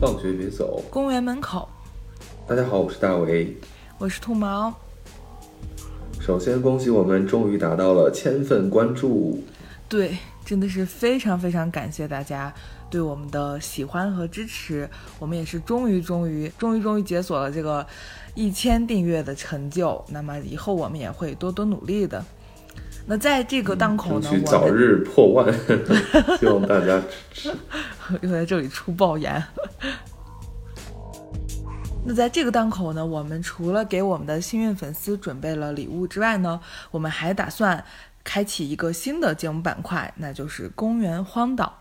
放学别走， 公园门口。 大家好，我是大为， 我是兔毛。 首先恭喜我们终于达到了1000份关注， 对，真的是非常非常感谢大家对我们的喜欢和支持，我们也是终于解锁了这个1000订阅的成就，那么以后我们也会多多努力的。那在这个档口呢， 争取早日破万，希望大家支持。 又在这里出爆言。那在这个档口呢，我们除了给我们的幸运粉丝准备了礼物之外呢，我们还打算开启一个新的节目板块，那就是公园荒岛。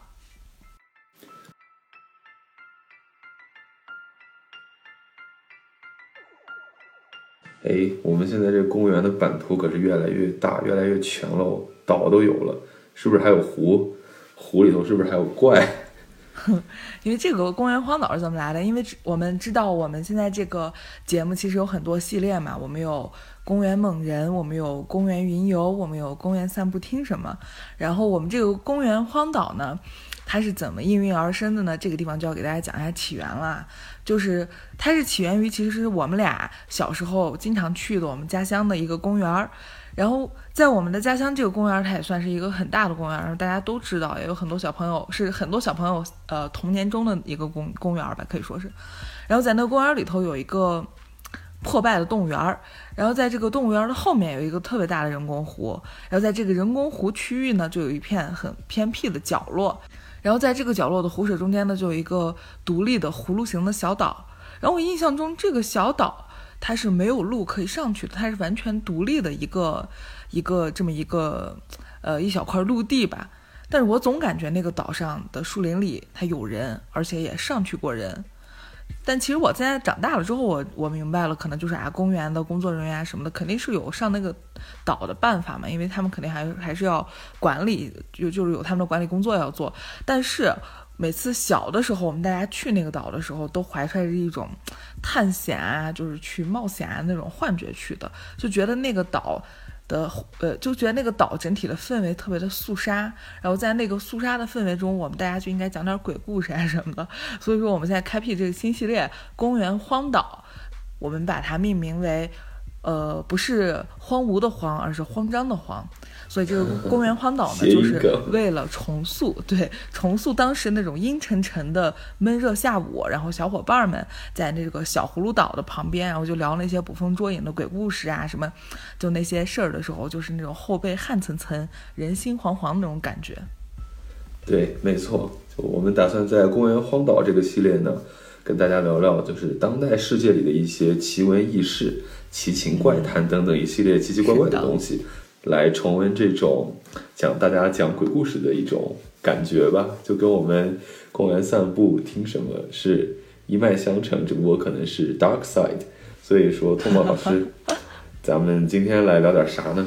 我们现在这个公园的版图可是越来越大，越来越全了，岛都有了，是不是还有湖？湖里头是不是还有怪？ 因为这个公园荒岛是怎么来的？因为我们知道我们现在这个节目其实有很多系列嘛，我们有公园猛人，我们有公园云游，我们有公园散步听什么，然后我们这个公园荒岛呢，它是怎么应运而生的呢？这个地方就要给大家讲一下起源了。就是它是起源于其实是我们俩小时候经常去的我们家乡的一个公园，然后在我们的家乡这个公园它也算是一个很大的公园，然后大家都知道，也有很多小朋友，是很多小朋友童年中的一个公园吧，可以说是。然后在那个公园里头有一个破败的动物园，然后在这个动物园的后面有一个特别大的人工湖，然后在这个人工湖区域呢就有一片很偏僻的角落，然后在这个角落的湖水中间呢就有一个独立的葫芦形的小岛，然后我印象中这个小岛它是没有路可以上去的，它是完全独立的一个这么一个一小块陆地吧，但是我总感觉那个岛上的树林里它有人，而且也上去过人。但其实我现在长大了之后，我明白了，可能就是公园的工作人员什么的肯定是有上那个岛的办法嘛，因为他们肯定还是要管理，就是有他们的管理工作要做。但是每次小的时候我们大家去那个岛的时候都怀揣着一种探险啊，就是去冒险啊那种幻觉去的，就觉得那个岛的就觉得那个岛整体的氛围特别的肃杀，然后在那个肃杀的氛围中我们大家就应该讲点鬼故事啊什么的，所以说我们现在开辟这个新系列公园荒岛，我们把它命名为不是荒芜的荒，而是慌张的慌。所以这个公园荒岛呢，就是为了重塑当时那种阴沉沉的闷热下午，然后小伙伴们在那个小葫芦岛的旁边，然后就聊那些捕风捉影的鬼故事啊什么，就那些事儿的时候，就是那种后背汗涔涔、人心惶惶的那种感觉。 对，没错，就我们打算在公园荒岛这个系列呢，跟大家聊聊就是当代世界里的一些奇闻异事、奇情怪谈等等一系列奇奇怪怪的东西。来重温这种大家讲鬼故事的一种感觉吧，就跟我们公园散步听什么是一脉相承，只不过可能是 dark side。 所以说托马老师咱们今天来聊点啥呢？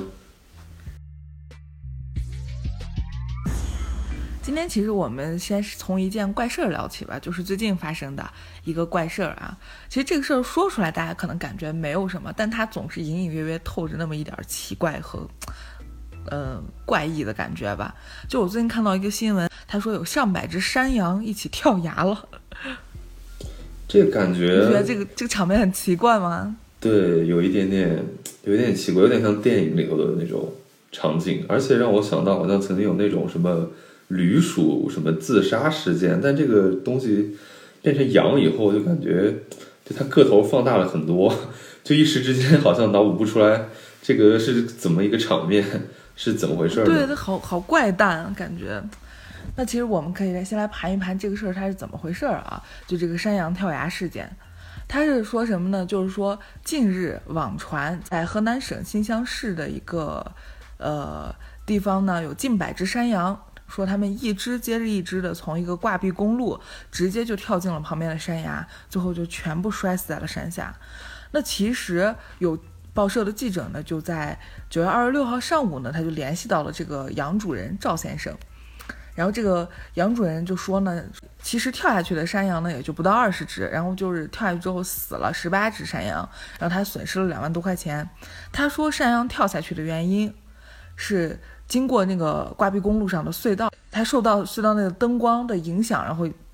今天其实我们先是从一件怪事儿聊起吧，就是最近发生的一个怪事儿啊。其实这个事儿说出来大家可能感觉没有什么，但它总是隐隐约约透着那么一点奇怪和怪异的感觉吧。就我最近看到一个新闻，他说有上百只山羊一起跳崖了。 这个感觉， 你觉得这个场面很奇怪吗？ 对，有一点奇怪，有点像电影里头的那种场景，而且让我想到好像曾经有那种什么驴鼠什么自杀事件，但这个东西变成羊以后，就感觉就它个头放大了很多，就一时之间好像脑补不出来这个是怎么一个场面，是怎么回事呢？ 对，它好怪诞感觉。那其实我们可以先来盘一盘这个事儿它是怎么回事啊？就这个山羊跳崖事件，它是说什么呢？就是说近日网传在河南省新乡市的一个地方呢，有近百只山羊，说他们一只接着一只的从一个挂壁公路直接就跳进了旁边的山崖，最后就全部摔死在了山下。那其实有报社的记者呢，就在9月26号上午呢，他就联系到了这个羊主人赵先生，然后这个羊主人就说呢，其实跳下去的山羊呢也就不到20只，然后就是跳下去之后死了18只山羊，然后他损失了2万多块钱。他说山羊跳下去的原因是经过那个挂壁公路上的隧道，它受到隧道那个灯光的影响，然后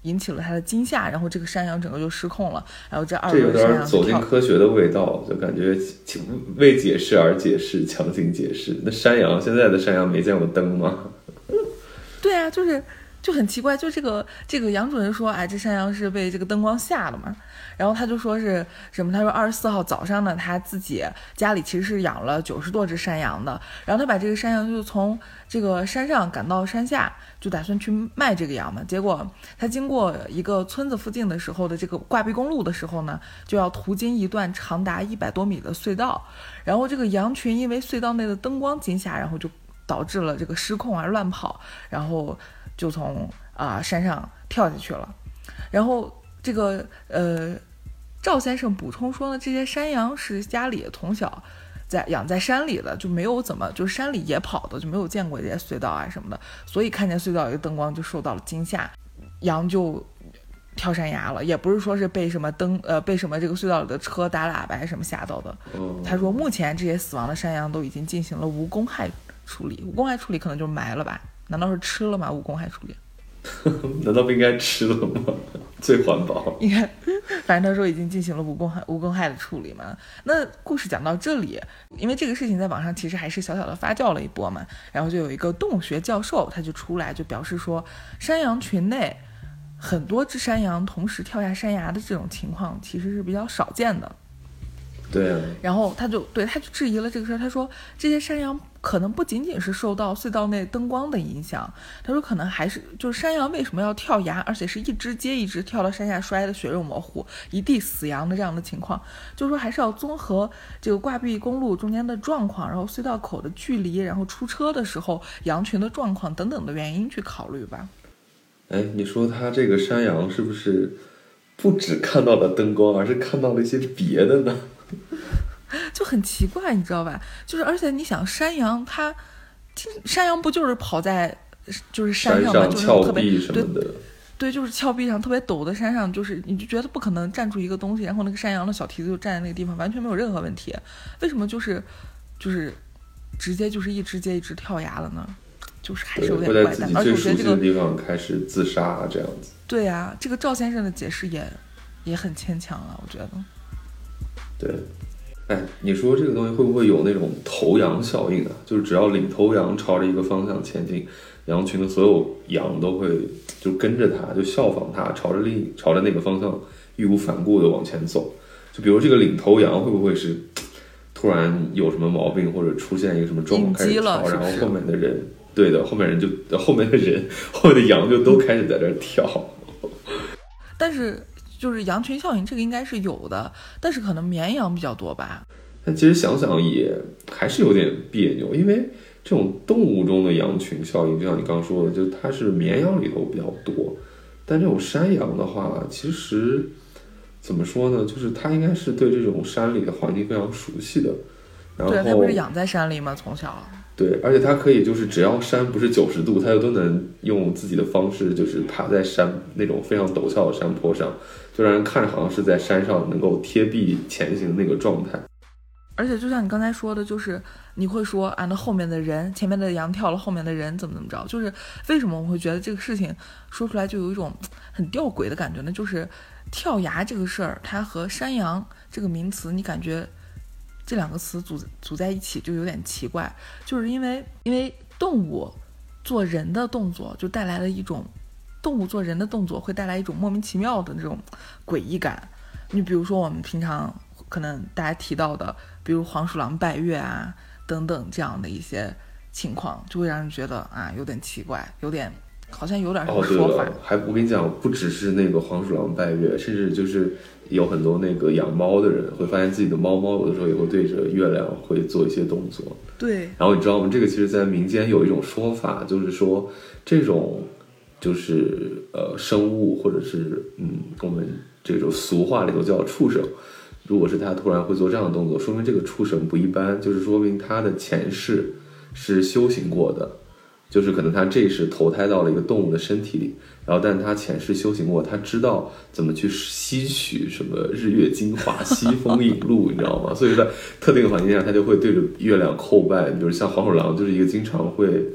引起了他的惊吓，然后这个山羊整个就失控了，然后这这有 20轮山羊点走进科学的味道，就感觉为解释而解释，强行解释。那山羊现在的山羊没见过灯吗？ 对啊，就很奇怪，就这个杨主任说，哎，这山羊是被这个灯光吓了嘛。然后他就说是什么？他说24号早上呢，他自己家里其实是养了90多只山羊的，然后他把这个山羊就从这个山上赶到山下，就打算去卖这个羊嘛。结果他经过一个村子附近的时候的这个挂壁公路的时候呢，就要途经一段长达100多米的隧道，然后这个羊群因为隧道内的灯光惊吓，然后就导致了这个失控啊乱跑，然后就从山上跳下去了。然后这个赵先生补充说呢，这些山羊是家里从小养在山里的，就没有怎么就是山里野跑的，就没有见过这些隧道啊什么的，所以看见隧道有灯光就受到了惊吓，羊就跳山崖了，也不是说是被什么被什么这个隧道里的车打喇叭什么吓到的。他说目前这些死亡的山羊都已经进行了无公害处理，无公害处理可能就是埋了吧？难道是吃了吗？无公害处理？ 难道不应该吃了吗？最环保。 应该，反正他说已经进行了无公害的处理嘛。那故事讲到这里，因为这个事情在网上其实还是小小的发酵了一波嘛，然后就有一个动物学教授他就出来就表示说，山羊群内很多只山羊同时跳下山崖的这种情况其实是比较少见的。 对啊， 然后他就质疑了这个事儿，他说这些山羊可能不仅仅是受到隧道内灯光的影响，他说可能还是就是山羊为什么要跳崖，而且是一只接一只跳到山下摔得血肉模糊，一地死羊的这样的情况，就是说还是要综合这个挂壁公路中间的状况，然后隧道口的距离，然后出车的时候羊群的状况等等的原因去考虑吧。 哎，你说他这个山羊是不是不只看到了灯光，而是看到了一些别的呢？ 就很奇怪，你知道吧？就是而且你想，山羊不就是跑在就是山上嘛，就是特别什么的， 对，就是峭壁上特别陡的山上，就是你就觉得不可能站住一个东西，然后那个山羊的小蹄子就站在那个地方，完全没有任何问题。为什么就是直接就是一只接一只跳崖了呢？就是还是有点怪诞，而且我觉得这个地方开始自杀这样子。 对啊，这个赵先生的解释也很牵强啊，我觉得。 对，哎，你说这个东西会不会有那种头羊效应啊？就是只要领头羊朝着一个方向前进，羊群的所有羊都会就跟着它，就效仿它，朝着那个方向义无反顾的往前走。就比如这个领头羊会不会是突然有什么毛病，或者出现一个什么状况开始跳，然后后面的人，对的，后面的羊就都开始在这跳。 但是就是羊群效应这个应该是有的，但是可能绵羊比较多吧。 但其实想想也还是有点别扭，因为这种动物中的羊群效应，就像你刚说的，就它是绵羊里头比较多，但这种山羊的话，其实怎么说呢，就是它应该是对这种山里的环境非常熟悉的。然后对，它不是养在山里吗？从小。 对，而且它可以就是只要山不是90度，它就都能用自己的方式，就是爬在山那种非常陡峭的山坡上，就让人看着好像是在山上能够贴壁前行的那个状态。 而且就像你刚才说的，就是你会说啊，那后面的人，前面的羊跳了，后面的人怎么着？就是为什么我会觉得这个事情说出来就有一种很吊诡的感觉呢？就是跳崖这个事儿，它和山羊这个名词，你感觉这两个词组在一起就有点奇怪，就是因为动物做人的动作就带来了一种，动物做人的动作会带来一种莫名其妙的这种诡异感。你比如说我们平常可能大家提到的，比如黄鼠狼拜月啊等等这样的一些情况，就会让人觉得啊有点奇怪，好像有点什么说法。 还我跟你讲，不只是那个黄鼠狼拜月，甚至就是有很多那个养猫的人会发现自己的猫有的时候也会对着月亮会做一些动作。 对。 然后你知道吗？这个其实在民间有一种说法，就是说这种就是生物或者是我们这种俗话里头叫畜生，如果是他突然会做这样的动作，说明这个畜生不一般，就是说明他的前世是修行过的，就是可能他这一世投胎到了一个动物的身体里，然后但他前世修行过，他知道怎么去吸取什么日月精华，吸风引露，你知道吗？所以在特定的环境下，他就会对着月亮叩拜。比如像黄鼠狼，就是一个经常会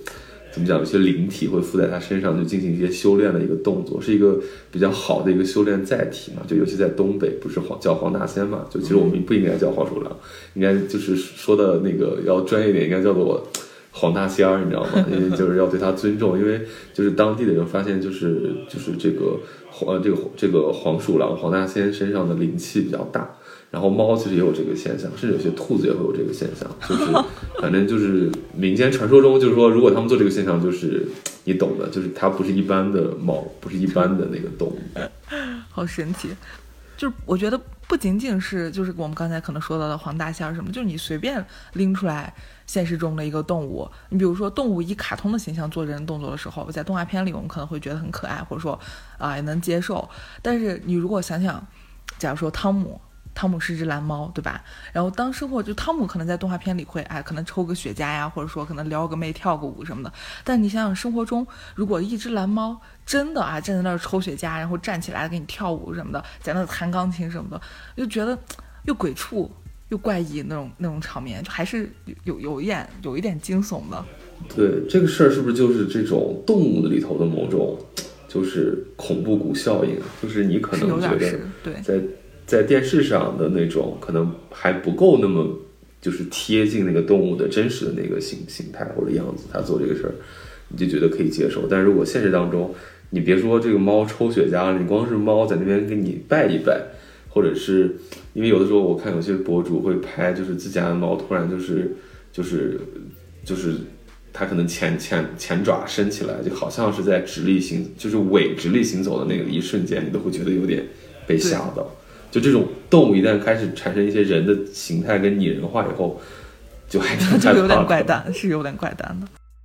怎么讲，有些灵体会附在他身上，就进行一些修炼的一个动作，是一个比较好的一个修炼载体嘛。就尤其在东北，不是叫黄大仙嘛？就其实我们不应该叫黄鼠狼，应该就是说的那个要专业一点，应该叫做黄大仙儿，你知道吗？因为就是要对他尊重，因为就是当地的人发现，就是这个黄鼠狼黄大仙身上的灵气比较大。然后猫其实也有这个现象，甚至有些兔子也会有这个现象，就是反正就是民间传说中，就是说如果他们做这个现象，就是你懂的，就是它不是一般的猫，不是一般的那个动物。 好神奇。就是我觉得不仅仅是就是我们刚才可能说到的黄大仙什么，就是你随便拎出来现实中的一个动物，你比如说动物以卡通的形象做人动作的时候，在动画片里我们可能会觉得很可爱，或者说也能接受。但是你如果想想，假如说汤姆是只蓝猫，对吧？然后当生活就汤姆可能在动画片里会可能抽个雪茄呀，或者说可能撩个妹跳个舞什么的。但你想想生活中，如果一只蓝猫真的站在那儿抽雪茄，然后站起来给你跳舞什么的，在那弹钢琴什么的，就觉得又鬼畜又怪异那种场面，就还是有一点惊悚的。 对，这个事儿是不是就是这种动物里头的某种就是恐怖谷效应？就是你可能觉得在电视上的那种可能还不够那么就是贴近那个动物的真实的那个形态或者样子，他做这个事儿你就觉得可以接受。但如果现实当中，你别说这个猫抽雪茄了，你光是猫在那边给你拜一拜，或者是因为有的时候我看有些博主会拍，就是自家的猫突然就是它可能前爪伸起来，就好像是在直立行，就是尾直立行走的那个一瞬间，你都会觉得有点被吓到。就这种动物一旦开始产生一些人的形态跟拟人化以后，就还挺害怕的， 就有点怪诞，是有点怪诞的。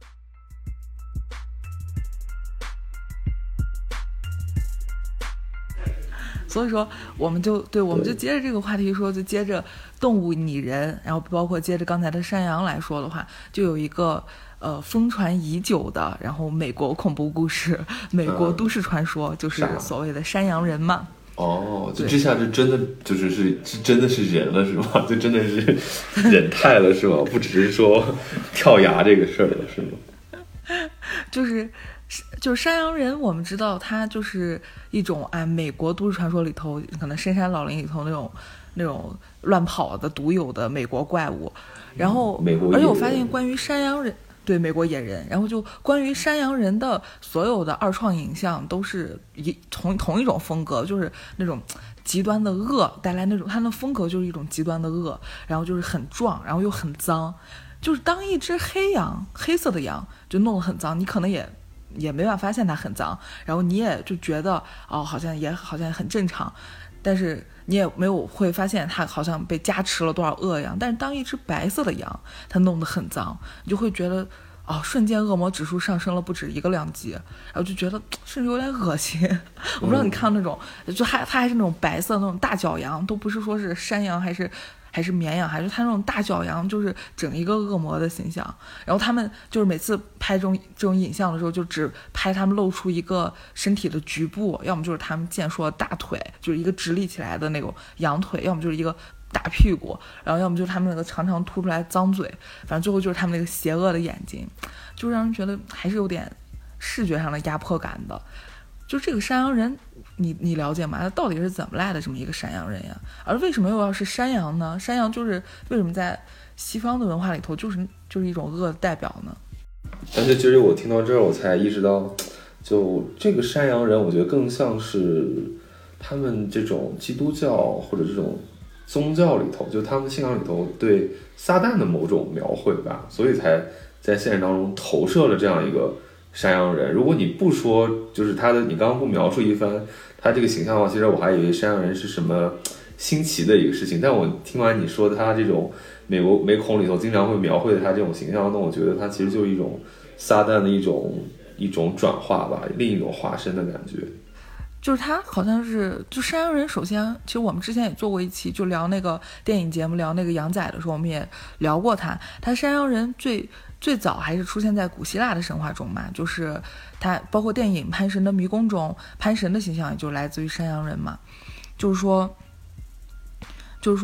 所以说我们就接着这个话题说，就接着动物拟人，然后包括接着刚才的山羊来说的话，就有一个疯传已久的，然后美国恐怖故事、美国都市传说，就是所谓的山羊人嘛。 哦，就这下就真的是真的是人了是吗？就真的是人态了是吗？不只是说跳崖这个事儿了是吗？ 就是山羊人，我们知道它就是一种美国都市传说里头可能深山老林里头那种乱跑的独有的美国怪物。然后而且我发现关于山羊人，对，美国野人，然后就关于山羊人的所有的二创影像都是同一种风格，就是那种极端的恶带来那种，它的风格就是一种极端的恶，然后就是很壮，然后又很脏。就是当一只黑色的羊就弄得很脏，你可能也没法发现它很脏，然后你也就觉得好像很正常，但是你也没有会发现它好像被加持了多少恶一样。但是当一只白色的羊它弄得很脏，你就会觉得瞬间恶魔指数上升了不止一个量级，然后就觉得甚至有点恶心。我不知道你看那种就它还是那种白色那种大角羊，都不是说是山羊还是绵羊，还是它那种大角羊，就是整一个恶魔的形象。然后他们就是每次拍这种影像的时候，就只拍他们露出一个身体的局部，要么就是他们健硕的大腿，就是一个直立起来的那种羊腿，要么就是一个大屁股，然后要么就是他们那个长长凸出来脏嘴，反正最后就是他们那个邪恶的眼睛，就让人觉得还是有点视觉上的压迫感的。就这个山羊人你了解吗？他到底是怎么来的这么一个山羊人呀？而为什么又要是山羊呢？山羊就是为什么在西方的文化里头就是一种恶的代表呢？ 但是其实我听到这儿我才意识到，就这个山羊人我觉得更像是他们这种基督教或者这种宗教里头，就他们信仰里头对撒旦的某种描绘吧，所以才在现实当中投射了这样一个山羊人。如果你不说就是他的，你刚刚不描述一番他这个形象的话，其实我还以为山羊人是什么新奇的一个事情，但我听完你说他这种美恐里头经常会描绘的他这种形象，那我觉得他其实就是一种撒旦的一种转化吧，另一种化身的感觉。 就是他好像是就山羊人，首先其实我们之前也做过一期，就聊那个电影节目，聊那个羊仔的时候，我们也聊过他山羊人最早还是出现在古希腊的神话中嘛，就是他包括电影《潘神的迷宫》中，潘神的形象也就来自于山羊人嘛。就是说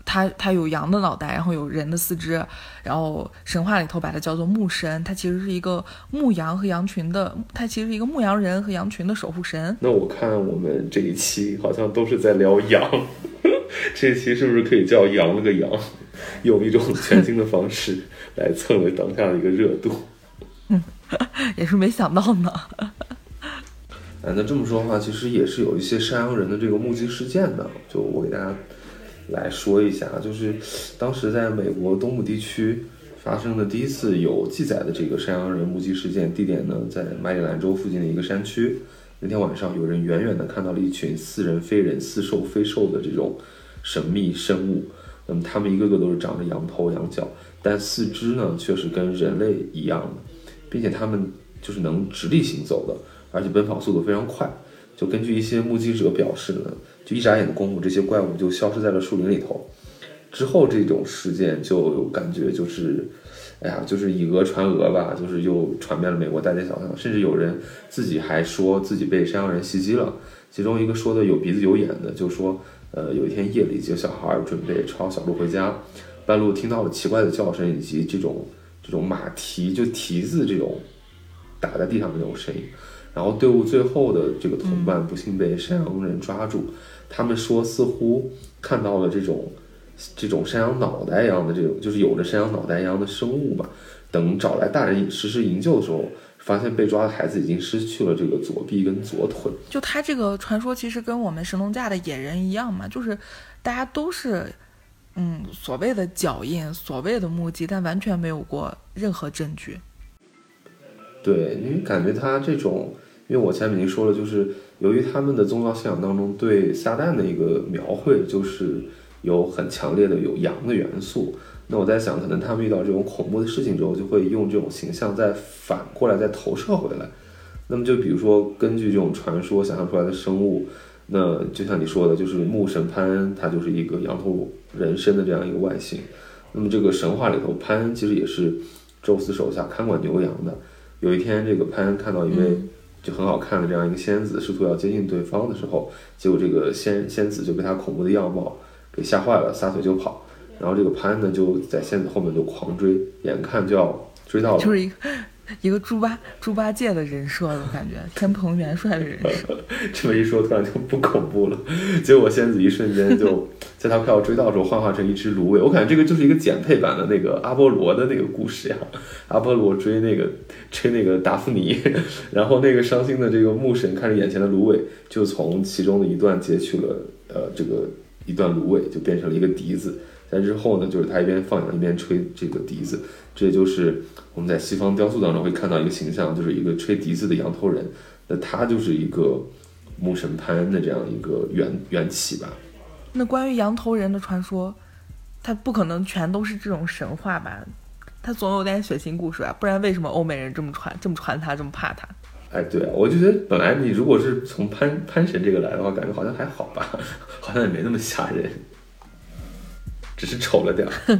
它有羊的脑袋，然后有人的四肢，然后神话里头把它叫做牧神，它其实是一个牧羊和羊群的，它其实是一个牧羊人和羊群的守护神。 那我看我们这一期好像都是在聊羊，这一期是不是可以叫羊了个羊，用一种全新的方式来蹭了当下的一个热度？ 也是没想到呢。 那这么说的话，其实也是有一些山羊人的这个目击事件的，就我给大家来说一下，就是当时在美国东部地区发生的第一次有记载的这个山羊人目击事件，地点呢在马里兰州附近的一个山区。那天晚上，有人远远地看到了一群似人非人、似兽非兽的这种神秘生物。那么他们一个个都是长着羊头羊角，但四肢呢却是跟人类一样的，并且他们就是能直立行走的，而且奔跑速度非常快。就根据一些目击者表示呢，就一眨眼的功夫，这些怪物就消失在了树林里头。之后这种事件就感觉就是，就是以讹传讹吧，就是又传遍了美国大街小巷，甚至有人自己还说自己被山羊人袭击了。其中一个说的有鼻子有眼的，就说，有一天夜里，几个小孩准备抄小路回家，半路听到了奇怪的叫声以及这种马蹄就蹄子这种打在地上的这种声音。然后队伍最后的这个同伴不幸被山羊人抓住，他们说似乎看到了这种山羊脑袋一样的这种，就是有着山羊脑袋一样的生物吧。等找来大人实施营救的时候，发现被抓的孩子已经失去了这个左臂跟左腿。 就他这个传说其实跟我们神农架的野人一样嘛，就是大家都是所谓的脚印，所谓的目击，但完全没有过任何证据。 对，因为感觉他这种，因为我前面已经说了，就是由于他们的宗教信仰当中对撒旦的一个描绘，就是有很强烈的有羊的元素。那我在想，可能他们遇到这种恐怖的事情之后，就会用这种形象再反过来再投射回来。那么就比如说，根据这种传说想象出来的生物，那就像你说的，就是牧神潘恩，他就是一个羊头人身的这样一个外形。那么这个神话里头，潘恩其实也是宙斯手下看管牛羊的。有一天，这个潘恩看到一位就很好看的这样一个仙子，试图要接近对方的时候，结果这个仙子就被他恐怖的样貌给吓坏了，撒腿就跑。然后这个潘恩呢就在仙子后面就狂追，眼看就要追到了， 就是一个猪八戒的人设的感觉，天蓬元帅的人设。 这么一说，突然就不恐怖了。结果仙子一瞬间就在他快要追到的时候，幻化成一只芦苇。我感觉这个就是一个简配版的那个阿波罗的那个故事呀。阿波罗追那个达芙妮，然后那个伤心的这个牧神看着眼前的芦苇，就从其中的一段截取了这个一段芦苇，就变成了一个笛子。在之后呢，就是他一边放羊一边吹这个笛子，这就是我们在西方雕塑当中会看到一个形象，就是一个吹笛子的羊头人。那他就是一个牧神潘恩的这样一个缘起吧。 那关于羊头人的传说，它不可能全都是这种神话吧？它总有点血腥故事吧？不然为什么欧美人这么传他，这么怕他？ 对啊，我就觉得本来你如果是从潘神这个来的话，感觉好像还好吧，好像也没那么吓人。只是丑了点儿。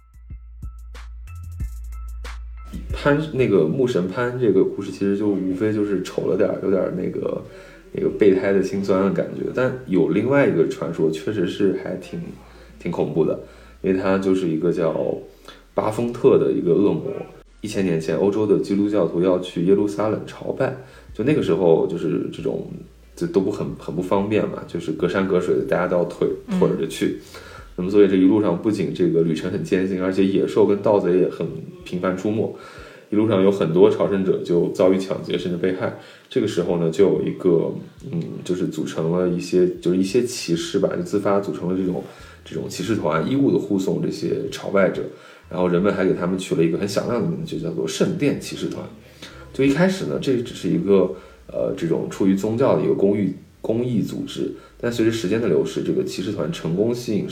那个牧神潘这个故事其实就无非就是丑了点儿，有点那个备胎的心酸的感觉。但有另外一个传说，确实是还挺恐怖的，因为它就是一个叫巴丰特的一个恶魔。1000年前，欧洲的基督教徒要去耶路撒冷朝拜，就那个时候就是这种这都很不方便嘛，就是隔山隔水的，大家都要腿着去。那么所以这一路上不仅这个旅程很艰辛，而且野兽跟盗贼也很频繁出没，一路上有很多朝圣者就遭遇抢劫甚至被害。这个时候呢，就有一个就是组成了一些骑士吧，就自发组成了这种骑士团，义务的护送这些朝拜者。然后人们还给他们取了一个很响亮的名字，就叫做圣殿骑士团。就一开始呢，这只是一个这种出于宗教的一个公益组织，但随着时间的流逝，这个骑士团成功吸引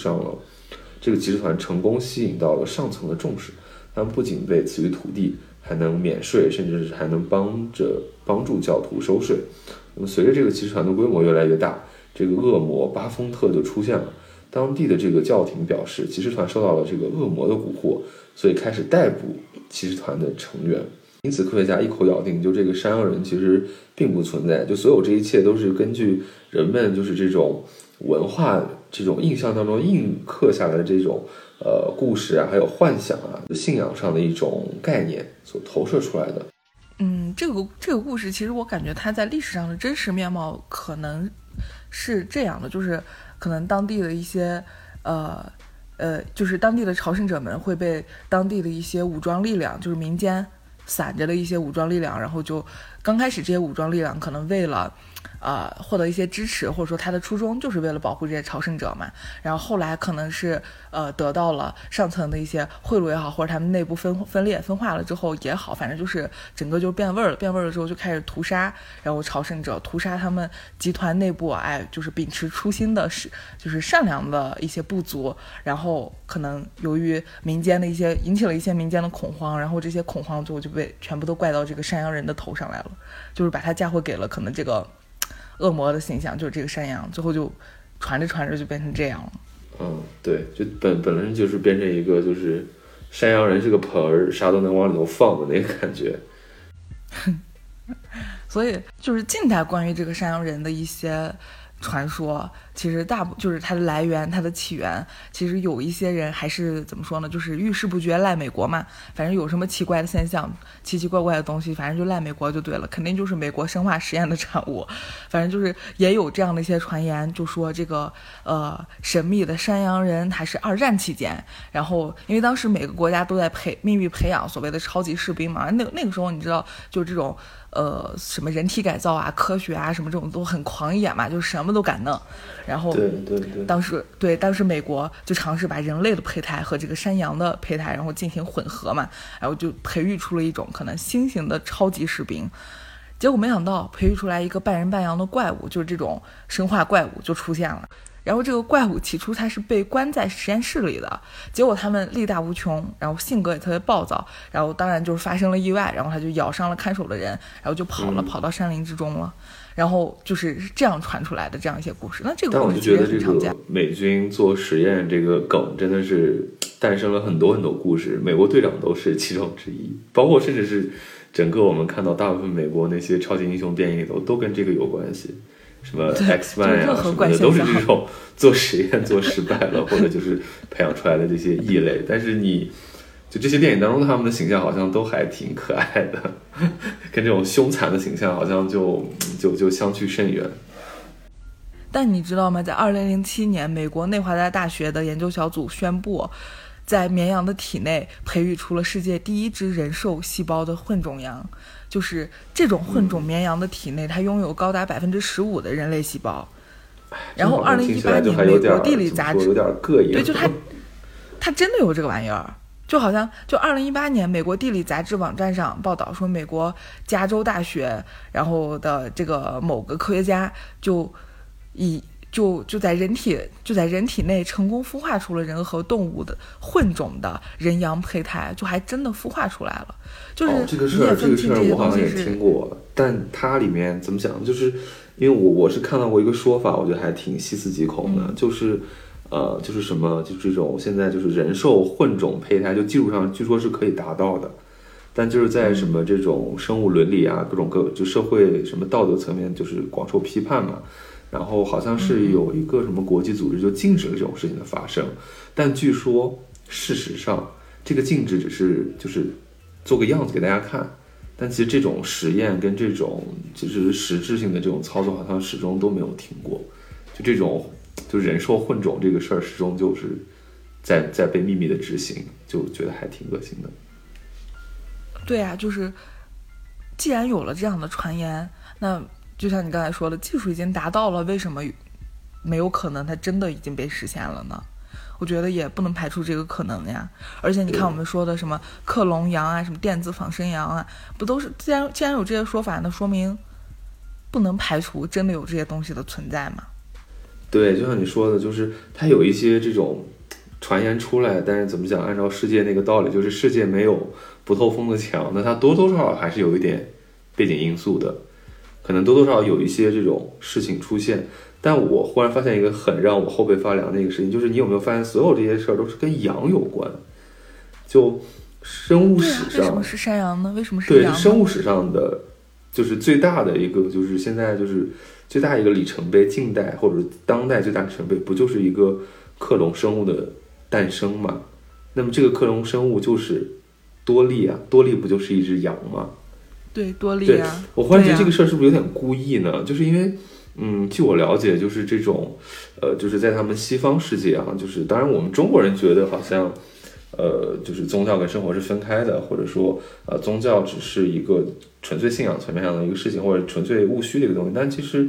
到了上层的重视。他们不仅被赐予土地，还能免税，甚至还能帮助教徒收税。那么随着这个骑士团的规模越来越大，这个恶魔巴丰特就出现了。当地的这个教廷表示，骑士团受到了这个恶魔的蛊惑，所以开始逮捕骑士团的成员。 因此科学家一口咬定，就这个山羊人其实并不存在，就所有这一切都是根据人们就是这种文化这种印象当中印刻下来的这种故事啊，还有幻想啊，信仰上的一种概念所投射出来的。 这个故事其实我感觉它在历史上的真实面貌可能是这样的，就是可能当地的一些就是当地的朝圣者们会被当地的一些武装力量，就是民间散着的一些武装力量，然后就刚开始这些武装力量可能为了获得一些支持，或者说他的初衷就是为了保护这些朝圣者嘛，然后后来可能是得到了上层的一些贿赂也好，或者他们内部分裂分化了之后也好，反正就是整个就变味了之后就开始屠杀，然后朝圣者屠杀他们集团内部就是秉持初心的就是善良的一些部族，然后可能由于民间的引起了一些民间的恐慌，然后这些恐慌最后就被全部都怪到这个山羊人的头上来了，就是把他嫁祸给了可能这个恶魔的形象，就是这个山羊，最后就传着就变成这样了。 对，就本身就是变成一个就是山羊人是个盆儿，啥都能往里头放的那个感觉。 所以就是近代关于这个山羊人的一些传说，其实就是它的来源，它的起源，其实有一些人还是怎么说呢，就是遇事不决赖美国嘛，反正有什么奇怪的现象，奇奇怪怪的东西，反正就赖美国就对了，肯定就是美国生化实验的产物。反正就是也有这样的一些传言，就说这个神秘的山羊人还是二战期间，然后因为当时每个国家都在秘密培养所谓的超级士兵嘛，那个时候你知道就是这种什么人体改造啊、科学啊什么这种都很狂野嘛，就是什么都敢弄。然后对， 当时美国就尝试把人类的胚胎和这个山羊的胚胎然后进行混合嘛，然后就培育出了一种可能新型的超级士兵。结果没想到培育出来一个半人半羊的怪物，就是这种生化怪物就出现了。然后这个怪物起初它是被关在实验室里的，结果他们力大无穷，然后性格也特别暴躁，然后当然就是发生了意外，然后他就咬伤了看守的人，然后就跑到山林之中了。然后就是这样传出来的这样一些故事。那这个故事其实很常见。 但我就觉得这个美军做实验这个梗真的是诞生了很多很多故事，美国队长都是其中之一，包括甚至是整个我们看到大部分美国那些超级英雄电影里头都跟这个有关系，什么 X-Men 啊什么的，都是这种做实验做失败了，或者就是培养出来的这些异类。但是就这些电影当中他们的形象好像都还挺可爱的，跟这种凶残的形象好像就相去甚远。 但你知道吗，在2007年美国内华达大学的研究小组宣布，在绵羊的体内培育出了世界第一只人兽细胞的混种羊，就是这种混种绵羊的体内它拥有高达15%的人类细胞。然后2018年美国地理杂志， 有点膈应， 对，就它真的有这个玩意儿，就好像就2018年美国地理杂志网站上报道说，美国加州大学然后的这个某个科学家就在人体内成功孵化出了人和动物的混种的人羊胚胎，就还真的孵化出来了。就是这个事儿我好像也听过，但它里面怎么讲，就是因为我是看到过一个说法，我觉得还挺细思极恐的，就是什么，就这种现在就是人兽混种胚胎，就技术上据说是可以达到的，但就是在什么这种生物伦理啊，就社会什么道德层面，就是广受批判嘛。然后好像是有一个什么国际组织就禁止了这种事情的发生，但据说事实上这个禁止只是就是做个样子给大家看，但其实这种实验跟这种就是实质性的这种操作好像始终都没有停过，就这种就人兽混种这个事儿始终就是在被秘密的执行，就觉得还挺恶心的。 对啊，就是既然有了这样的传言，那就像你刚才说的，技术已经达到了，为什么没有可能它真的已经被实现了呢？我觉得也不能排除这个可能呀。而且你看我们说的什么克隆羊啊，什么电子仿生羊啊，不都是既然有这些说法，那说明不能排除真的有这些东西的存在嘛。 对，就像你说的，就是它有一些这种传言出来，但是怎么讲，按照世界那个道理，就是世界没有不透风的墙，那它多多少少还是有一点背景因素的，可能多多少少有一些这种事情出现。但我忽然发现一个很让我后背发凉的一个事情，就是你有没有发现所有这些事儿都是跟羊有关？就生物史上， 为什么是山羊呢？为什么是对， 羊呢？ 生物史上的就是最大的一个，就是现在就是最大一个里程碑，近代或者当代最大里程碑，不就是一个克隆生物的诞生吗？那么这个克隆生物就是多利啊，多利不就是一只羊吗？ 对，多利对， 啊。 我忽然觉得这个事儿是不是有点故意呢？就是因为，据我了解，就是这种，就是在他们西方世界啊，就是当然我们中国人觉得好像，就是宗教跟生活是分开的，或者说，宗教只是一个纯粹信仰层面上的一个事情，或者纯粹务虚的一个东西。但其实，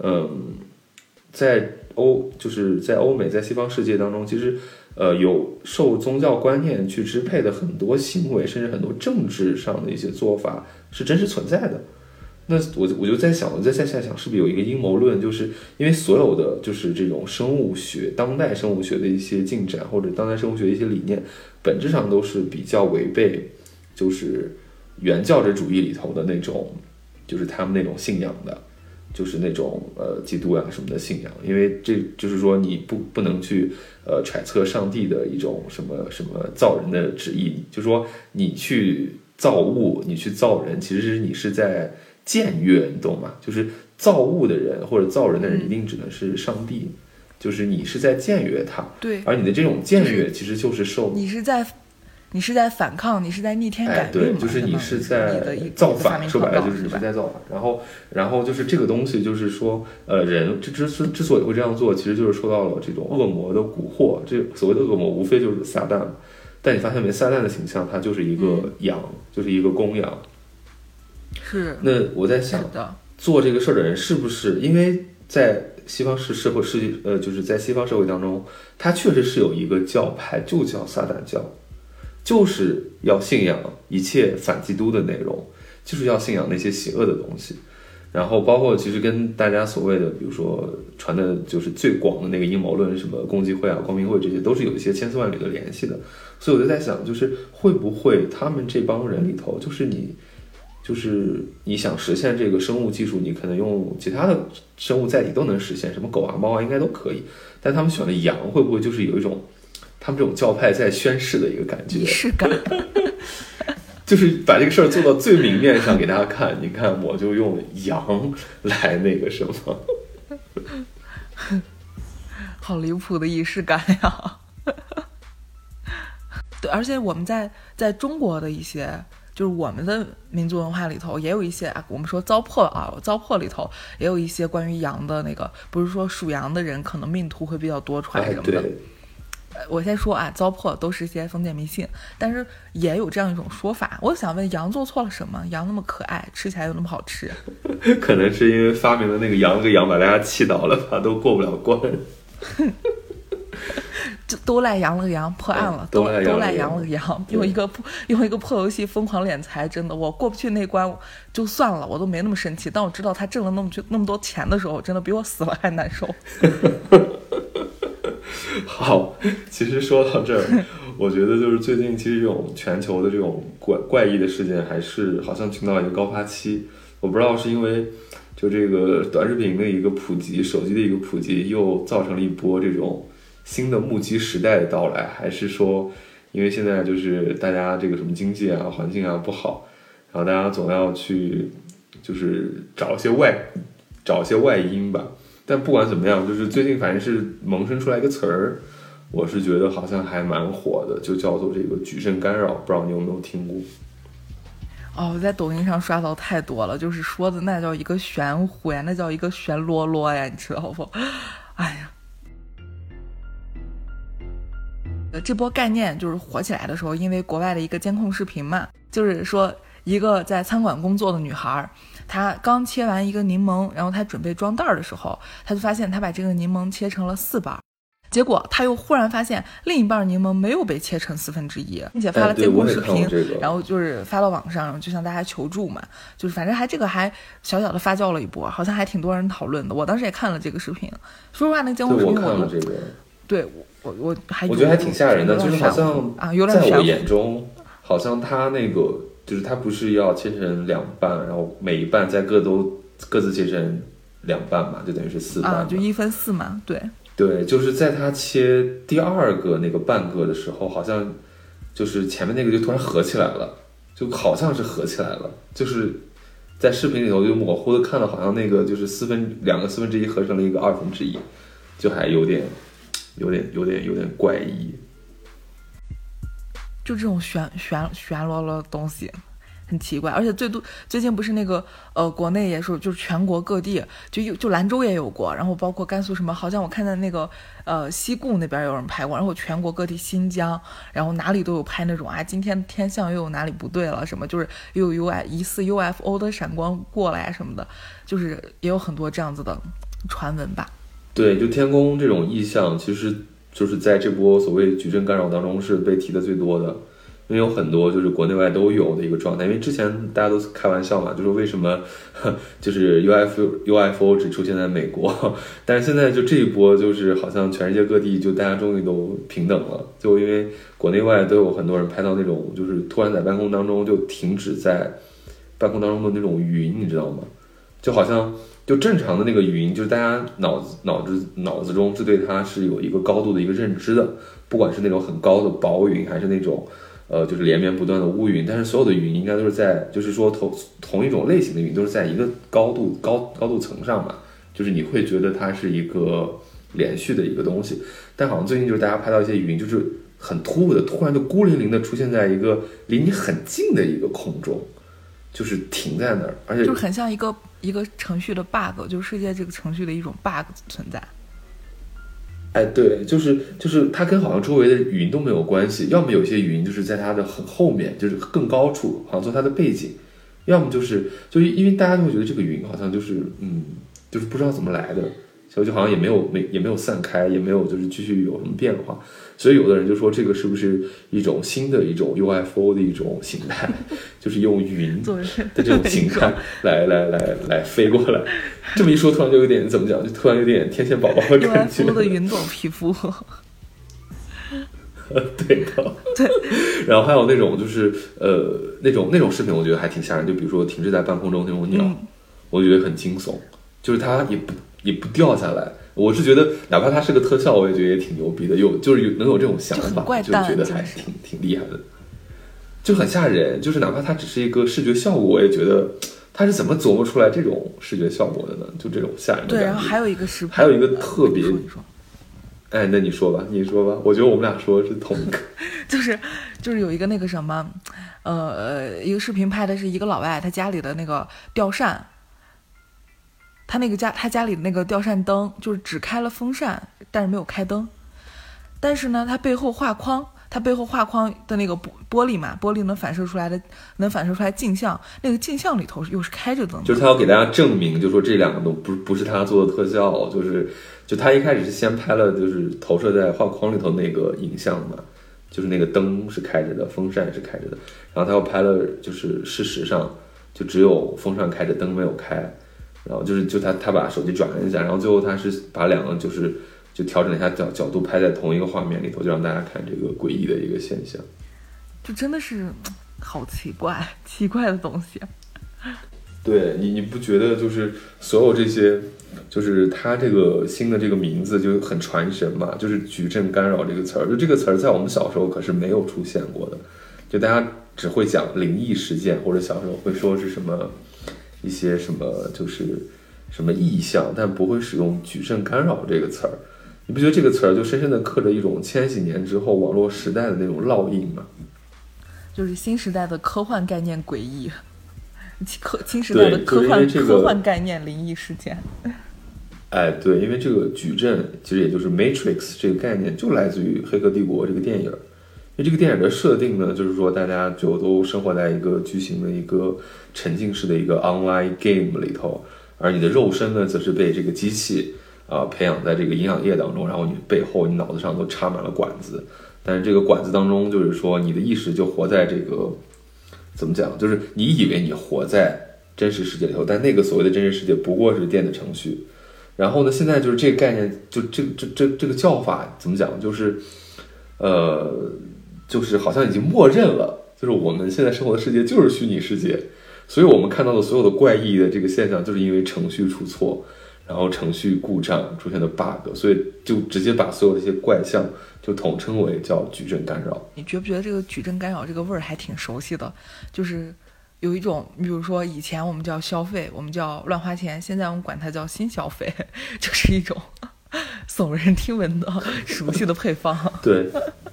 就是在欧美，在西方世界当中，其实。有受宗教观念去支配的很多行为，甚至很多政治上的一些做法是真实存在的。那我就在想，我在想，是不是有一个阴谋论，就是因为所有的就是这种生物学、当代生物学的一些进展，或者当代生物学的一些理念，本质上都是比较违背，就是原教旨主义里头的那种，就是他们那种信仰的。就是那种基督啊什么的信仰，因为这就是说你不能去揣测上帝的一种什么造人的旨意，就是说你去造物，你去造人，其实你是在僭越，你懂吗？就是造物的人或者造人的人一定指的是上帝，就是你是在僭越他， 对， 而你的这种僭越其实就是受你是在反抗，你是在逆天改命， 对，就是你是在造反，说白了就是你是在造反。然后就是这个东西，就是说，人之所以会这样做，其实就是受到了这种恶魔的蛊惑。这所谓的恶魔，无非就是撒旦。但你发现没，撒旦的形象，它就是一个羊，就是一个公羊。 是。 那我在想，做这个事儿的人是不是因为在西方社会就是在西方社会当中，它确实是有一个教派，就叫撒旦教。就是要信仰一切反基督的内容，就是要信仰那些邪恶的东西，然后包括其实跟大家所谓的，比如说传的就是最广的那个阴谋论，什么共济会啊、光明会，这些都是有一些千丝万缕的联系的。所以我就在想，就是会不会他们这帮人里头，就是你想实现这个生物技术，你可能用其他的生物载体都能实现，什么狗啊、猫啊应该都可以，但他们选的羊，会不会就是有一种他们这种教派在宣誓的一个感觉， 仪式感， 就是把这个事儿做到最明面上给大家看。你看，我就用羊来那个什么， 好离谱的仪式感呀！对，而且我们在中国的一些，就是我们的民族文化里头，也有一些我们说糟粕里头也有一些关于羊的那个，不是说属羊的人可能命途会比较多舛什么的。我先说糟粕都是一些封建迷信，但是也有这样一种说法。我想问，羊做错了什么？羊那么可爱，吃起来又那么好吃， 可能是因为发明了那个羊，这个羊把大家气倒了吧，都过不了关。 就都赖羊了个羊，破案了，都赖羊了个羊，用一个破游戏疯狂敛财，真的，我过不去那关就算了，我都没那么生气。当我知道他挣了那么多钱的时候，真的比我死了还难受。 好，其实说到这儿，我觉得就是最近其实这种全球的这种怪异的事件，还是好像进到一个高发期。我不知道是因为就这个短视频的一个普及，手机的一个普及，又造成了一波这种新的目击时代的到来，还是说因为现在就是大家这个什么经济啊、环境啊不好，然后大家总要去就是找一些外因吧。但不管怎么样，就是最近反正是萌生出来一个词儿，我是觉得好像还蛮火的，就叫做这个矩阵干扰，不知道你有没有听过？ 我在抖音上刷到太多了，就是说的那叫一个玄乎呀，那叫一个玄啰啰呀，你知道不？哎呀，这波概念就是火起来的时候，因为国外的一个监控视频嘛，就是说一个在餐馆工作的女孩，她刚切完一个柠檬，然后她准备装袋的时候，她就发现她把这个柠檬切成了4瓣，结果她又忽然发现另一半柠檬没有被切成1/4，并且发了监控视频，然后就是发到网上，然后就向大家求助嘛，就是反正这个还小小的发酵了一波，好像还挺多人讨论的。我当时也看了这个视频，说实话，那监控视频我觉得还挺吓人的，就是好像在我眼中，好像他那个就是他不是要切成2半，然后每一半再各自切成2半嘛，就等于是4半， 就1/4嘛，对， 就是在他切第2个那个半个的时候，好像就是前面那个就突然合起来了，就好像是合起来了，就是在视频里头就模糊的看到，好像那个就是两个1/4合成了一个1/2，就还有点怪异。 就这种旋罗的东西很奇怪，而且最近不是那个国内也是，就是全国各地就兰州也有过，然后包括甘肃什么，好像我看在那个西固那边有人拍过，然后全国各地新疆，然后哪里都有拍那种今天天象又有哪里不对了什么，就是又有疑似 UFO 的闪光过来什么的，就是也有很多这样子的传闻吧。 对，就天宫这种异象，其实就是在这波所谓矩阵干扰当中是被提的最多的。因为有很多就是国内外都有的一个状态，因为之前大家都开玩笑嘛，就是为什么就是 UFO 只出现在美国，但是现在就这一波就是好像全世界各地就大家终于都平等了，就因为国内外都有很多人拍到那种就是突然在半空当中就停止在半空当中的那种云，你知道吗？就好像就正常的那个云，就是大家脑子中是对它是有一个高度的一个认知的，不管是那种很高的薄云还是那种就是连绵不断的乌云，但是所有的云应该都是在，就是说同一种类型的云都是在一个高度层上嘛，就是你会觉得它是一个连续的一个东西。但好像最近就是大家拍到一些云，就是很突兀的，突然就孤零零的出现在一个离你很近的一个空中，就是停在那儿，而且就很像一个程序的 bug， 就是世界这个程序的一种 bug 存在。 哎，对，就是它跟好像周围的云都没有关系，要么有些云就是在它的很后面，就是更高处，好像做它的背景，要么就是因为大家都会觉得这个云好像就是就是不知道怎么来的，所以就好像也没有散开，也没有就是继续有什么变化，所以有的人就说这个是不是一种新的一种 UFO 的一种形态，就是用云的这种形态来飞过来。这么一说，突然就有点怎么讲？就突然有点天线宝宝的感觉。 UFO 的云朵皮肤。 对的。对。然后还有那种就是那种视频，我觉得还挺吓人。就比如说停滞在半空中那种鸟，我觉得很惊悚，就是它也不掉下来。我是觉得，哪怕它是个特效，我也觉得也挺牛逼的。就是能有这种想法，就觉得还挺厉害的，就很吓人。就是哪怕它只是一个视觉效果，我也觉得。他是怎么琢磨出来这种视觉效果的呢？就这种吓人的感觉。 对，然后还有一个视频， 还有一个特别， 你说， 哎，那你说吧。我觉得我们俩说是同一个， 就是有一个那个什么，一个视频拍的是一个老外他家里的那个吊扇，他家里的那个吊扇灯就是只开了风扇，但是没有开灯，但是呢，他背后画框的那个玻璃嘛，玻璃能反射出来镜像，那个镜像里头又是开着灯的， 就是他要给大家证明，就说这两个都不是他做的特效，就他一开始是先拍了就是投射在画框里头那个影像嘛，就是那个灯是开着的，风扇是开着的，然后他又拍了就是事实上就只有风扇开着，灯没有开，然后就他把手机转了一下，然后最后他是把两个就调整了一下角度拍在同一个画面里头，就让大家看这个诡异的一个现象。 就真的是好奇怪的东西。 对，你不觉得就是所有这些，就是它这个新的这个名字就很传神嘛？就是矩阵干扰这个词儿，就这个词儿在我们小时候可是没有出现过的，就大家只会讲灵异事件，或者小时候会说是什么一些什么就是什么异象，但不会使用矩阵干扰这个词儿。你不觉得这个词儿就深深地刻着一种千禧年之后网络时代的那种烙印吗？ 就是新时代的科幻概念诡异，新时代的科幻概念灵异事件。 哎，对，因为这个矩阵其实也就是 Matrix 这个概念就来自于《黑客帝国》这个电影。因为这个电影的设定呢，就是说大家就都生活在一个巨型的一个沉浸式的一个 online game 里头，而你的肉身呢，则是被这个机器培养在这个营养液当中，然后你背后你脑子上都插满了管子，但是这个管子当中就是说你的意识就活在这个怎么讲，就是你以为你活在真实世界里头，但那个所谓的真实世界不过是电子程序。然后呢，现在就是这个概念，就这个叫法怎么讲，就是好像已经默认了，就是我们现在生活的世界就是虚拟世界，所以我们看到的所有的怪异的这个现象，就是因为程序出错。然然后程序故障出现的 bug， 所以就直接把所有这些怪象就统称为叫矩阵干扰。 你觉不觉得这个矩阵干扰这个味儿还挺熟悉的？就是有一种，比如说以前我们叫消费，我们叫乱花钱，现在我们管它叫新消费，就是一种耸人听闻的熟悉的配方。 对。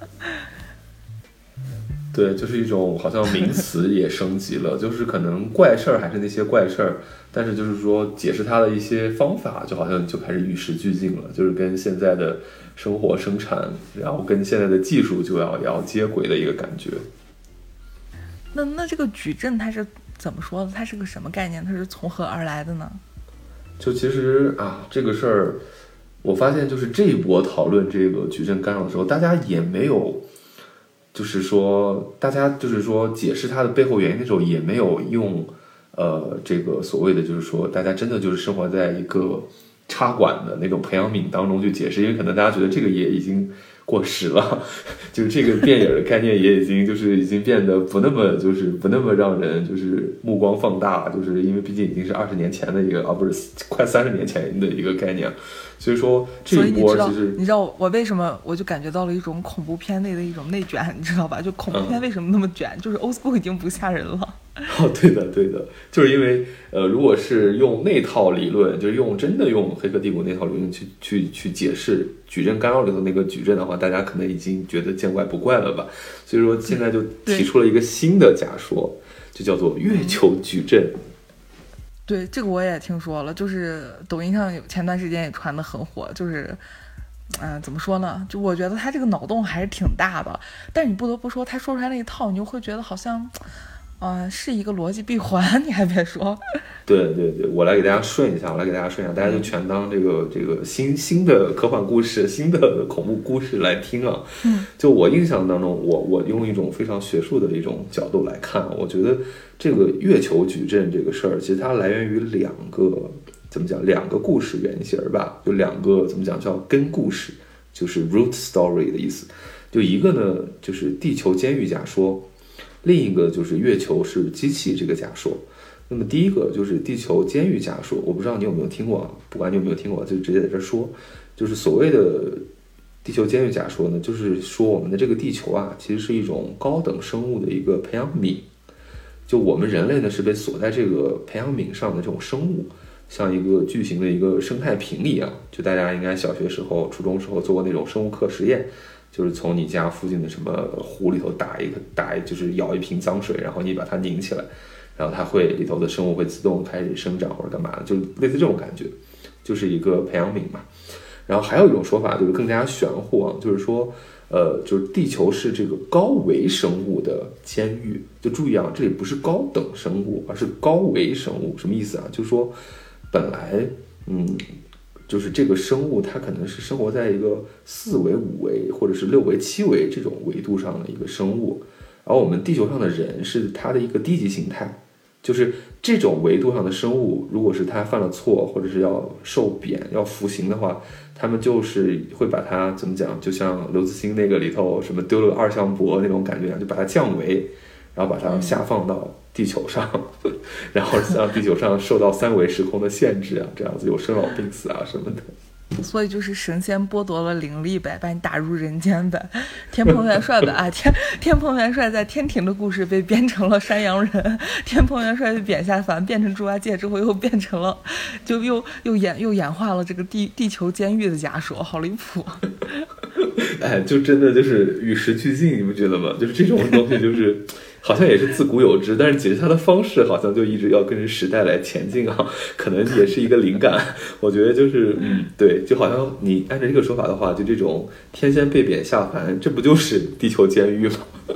对，就是一种好像名词也升级了，就是可能怪事儿还是那些怪事儿，但是就是说解释它的一些方法，就好像就开始与时俱进了，就是跟现在的生活生产，然后跟现在的技术就要接轨的一个感觉。 那这个矩阵它是怎么说的？它是个什么概念？它是从何而来的呢？ 就其实啊，这个事儿，我发现就是这一波讨论这个矩阵干扰的时候，大家也没有。就是说，大家就是说解释它的背后原因的时候，也没有用这个所谓的就是说，大家真的就是生活在一个插管的那种培养皿当中去解释，因为可能大家觉得这个也已经过时了，就是这个电影的概念也已经变得不那么让人就是目光放大，就是因为毕竟已经是20年前的一个不是快30年前的一个概念。所以说这一波其实你知道我为什么我就感觉到了一种恐怖片内的一种内卷，你知道吧？就恐怖片为什么那么卷，就是 old school 已经不吓人了。 对的，就是因为如果是用那套理论，就是真的用黑客帝国那套理论去解释矩阵干扰里头那个矩阵的话，大家可能已经觉得见怪不怪了吧？所以说现在就提出了一个新的假说，就叫做月球矩阵。 对，这个我也听说了，就是抖音上前段时间也传得很火，就是怎么说呢？就我觉得他这个脑洞还是挺大的，但是你不得不说，他说出来那一套，你就会觉得好像是一个逻辑闭环，你还别说。 对，我来给大家顺一下，大家就全当这个新的科幻故事、新的恐怖故事来听啊。就我印象当中，我用一种非常学术的一种角度来看，我觉得这个月球矩阵这个事儿，其实它来源于两个故事原型吧，就两个叫根故事，就是 root story 的意思。就一个呢，就是地球监狱假说。另一个就是月球是机器这个假说。那么第一个就是地球监狱假说，我不知道你有没有听过啊？不管你有没有听过，就直接在这说，就是所谓的地球监狱假说呢，就是说我们的这个地球啊，其实是一种高等生物的一个培养皿。就我们人类呢是被锁在这个培养皿上的这种生物，像一个巨型的一个生态瓶一样。就大家应该小学时候、初中时候做过那种生物课实验。就是从你家附近的什么湖里头就是舀一瓶脏水，然后你把它拧起来，然后它里头的生物会自动开始生长或者干嘛的，就类似这种感觉，就是一个培养皿嘛。然后还有一种说法就是更加玄乎啊，就是说就是地球是这个高维生物的监狱。就注意啊，这里不是高等生物，而是高维生物。什么意思啊？就是说本来就是这个生物它可能是生活在一个4维、5维或者是6维、7维这种维度上的一个生物，而我们地球上的人是它的一个低级形态。就是这种维度上的生物，如果是他犯了错或者是要受贬要服刑的话，他们就是会把它就像刘慈欣那个里头什么丢了2项箔那种感觉一样，就把它降维，然后把它下放到地球上，然后让地球上受到3维时空的限制啊，这样子有生老病死啊什么的。 所以就是神仙剥夺了灵力呗，把你打入人间呗。天蓬元帅呗天蓬元帅在天庭的故事被编成了山羊人，天蓬元帅被贬下凡变成猪八戒之后又变成了，就又演化了这个地球监狱的假说，好离谱。 就真的就是与时俱进，你不觉得吗？就是这种东西就是好像也是自古有之，但是解释它的方式好像就一直要跟着时代来前进啊，可能也是一个灵感。我觉得就是对，就好像你按照这个说法的话，就这种天仙被贬下凡，这不就是地球监狱吗？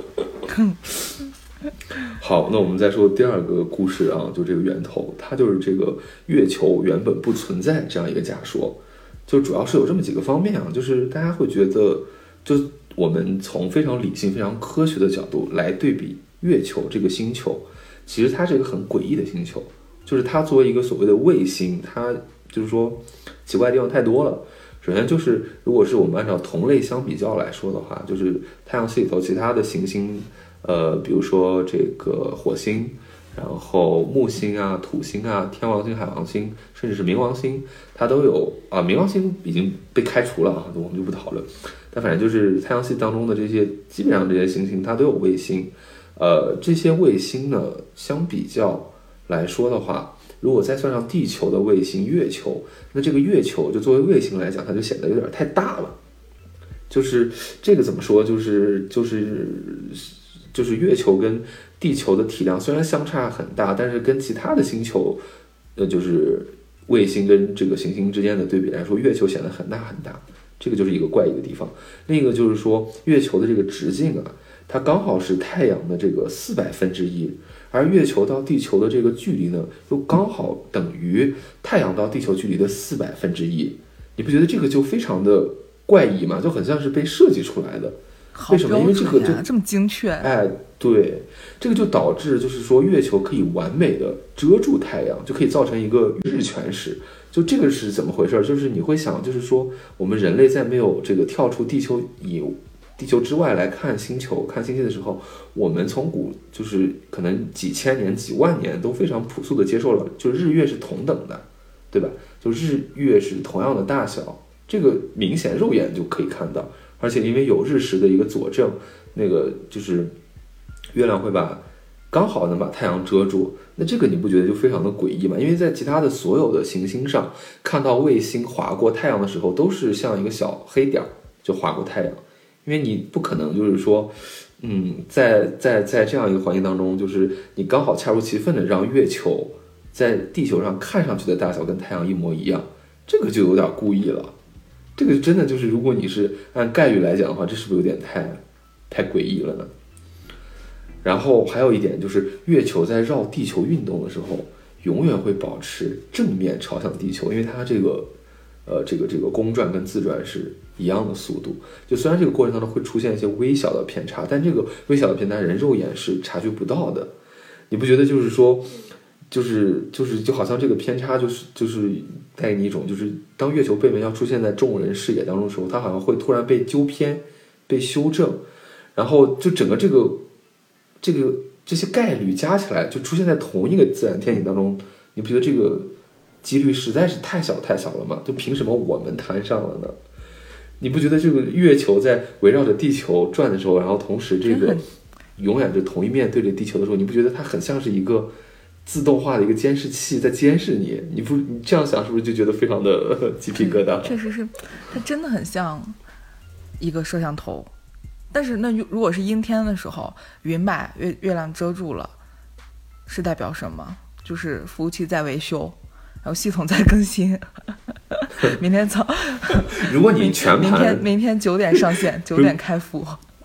好，那我们再说第二个故事啊，就这个源头，它就是这个月球原本不存在这样一个假说。就主要是有这么几个方面啊，就是大家会觉得，就我们从非常理性、非常科学的角度来对比月球这个星球，其实它是一个很诡异的星球，就是它作为一个所谓的卫星，它就是说奇怪的地方太多了。首先就是，如果是我们按照同类相比较来说的话，就是太阳系里头其他的行星，比如说这个火星， 然后木星啊、土星啊、天王星、海王星，甚至是冥王星，它都有啊。冥王星已经被开除了啊，我们就不讨论。但反正就是太阳系当中的这些，基本上这些行星它都有卫星。这些卫星呢，相比较来说的话，如果再算上地球的卫星月球，那这个月球就作为卫星来讲，它就显得有点太大了。就是这个怎么说？就是月球跟地球的体量虽然相差很大，但是跟其他的星球，就是卫星跟这个行星之间的对比来说，月球显得很大很大。这个就是一个怪异的地方。另一个就是说，月球的这个直径啊，它刚好是太阳的这个1/400，而月球到地球的这个距离呢，又刚好等于太阳到地球距离的1/400。你不觉得这个就非常的怪异吗？就很像是被设计出来的。为什么？因为这个就这么精确。 哎，对，这个就导致就是说月球可以完美的遮住太阳，就可以造成一个日全食。就这个是怎么回事？就是你会想，就是说我们人类在没有这个跳出地球之外来看星球、看星系的时候，我们从古就是可能几千年、几万年都非常朴素的接受了，就日月是同等的，对吧？就日月是同样的大小，这个明显肉眼就可以看到。而且因为有日食的一个佐证，那个就是月亮会刚好能把太阳遮住，那这个你不觉得就非常的诡异吗？因为在其他的所有的行星上，看到卫星划过太阳的时候，都是像一个小黑点就划过太阳，因为你不可能就是说，在这样一个环境当中，就是你刚好恰如其分的让月球在地球上看上去的大小跟太阳一模一样，这个就有点故意了。这个真的就是，如果你是按概率来讲的话，这是不是有点太诡异了呢？然后还有一点就是，月球在绕地球运动的时候，永远会保持正面朝向地球，因为它这个公转跟自转是一样的速度。就虽然这个过程当中会出现一些微小的偏差，但这个微小的偏差人肉眼是察觉不到的。你不觉得就是说？就好像这个偏差就是带给你一种，就是当月球背面要出现在众人视野当中的时候，它好像会突然被纠偏、被修正，然后就整个这些概率加起来，就出现在同一个自然天体当中，你不觉得这个几率实在是太小了吗？就凭什么我们摊上了呢？你不觉得这个月球在围绕着地球转的时候，然后同时这个永远就同一面对着地球的时候，你不觉得它很像是一个自动化的一个监视器在监视你？你这样想是不是就觉得非常的鸡皮疙瘩？ 确实是，它真的很像一个摄像头。但是那如果是阴天的时候，云把月亮遮住了，是代表什么？就是服务器在维修，然后系统在更新。明天如果你全盘明天9点上线，9点开服。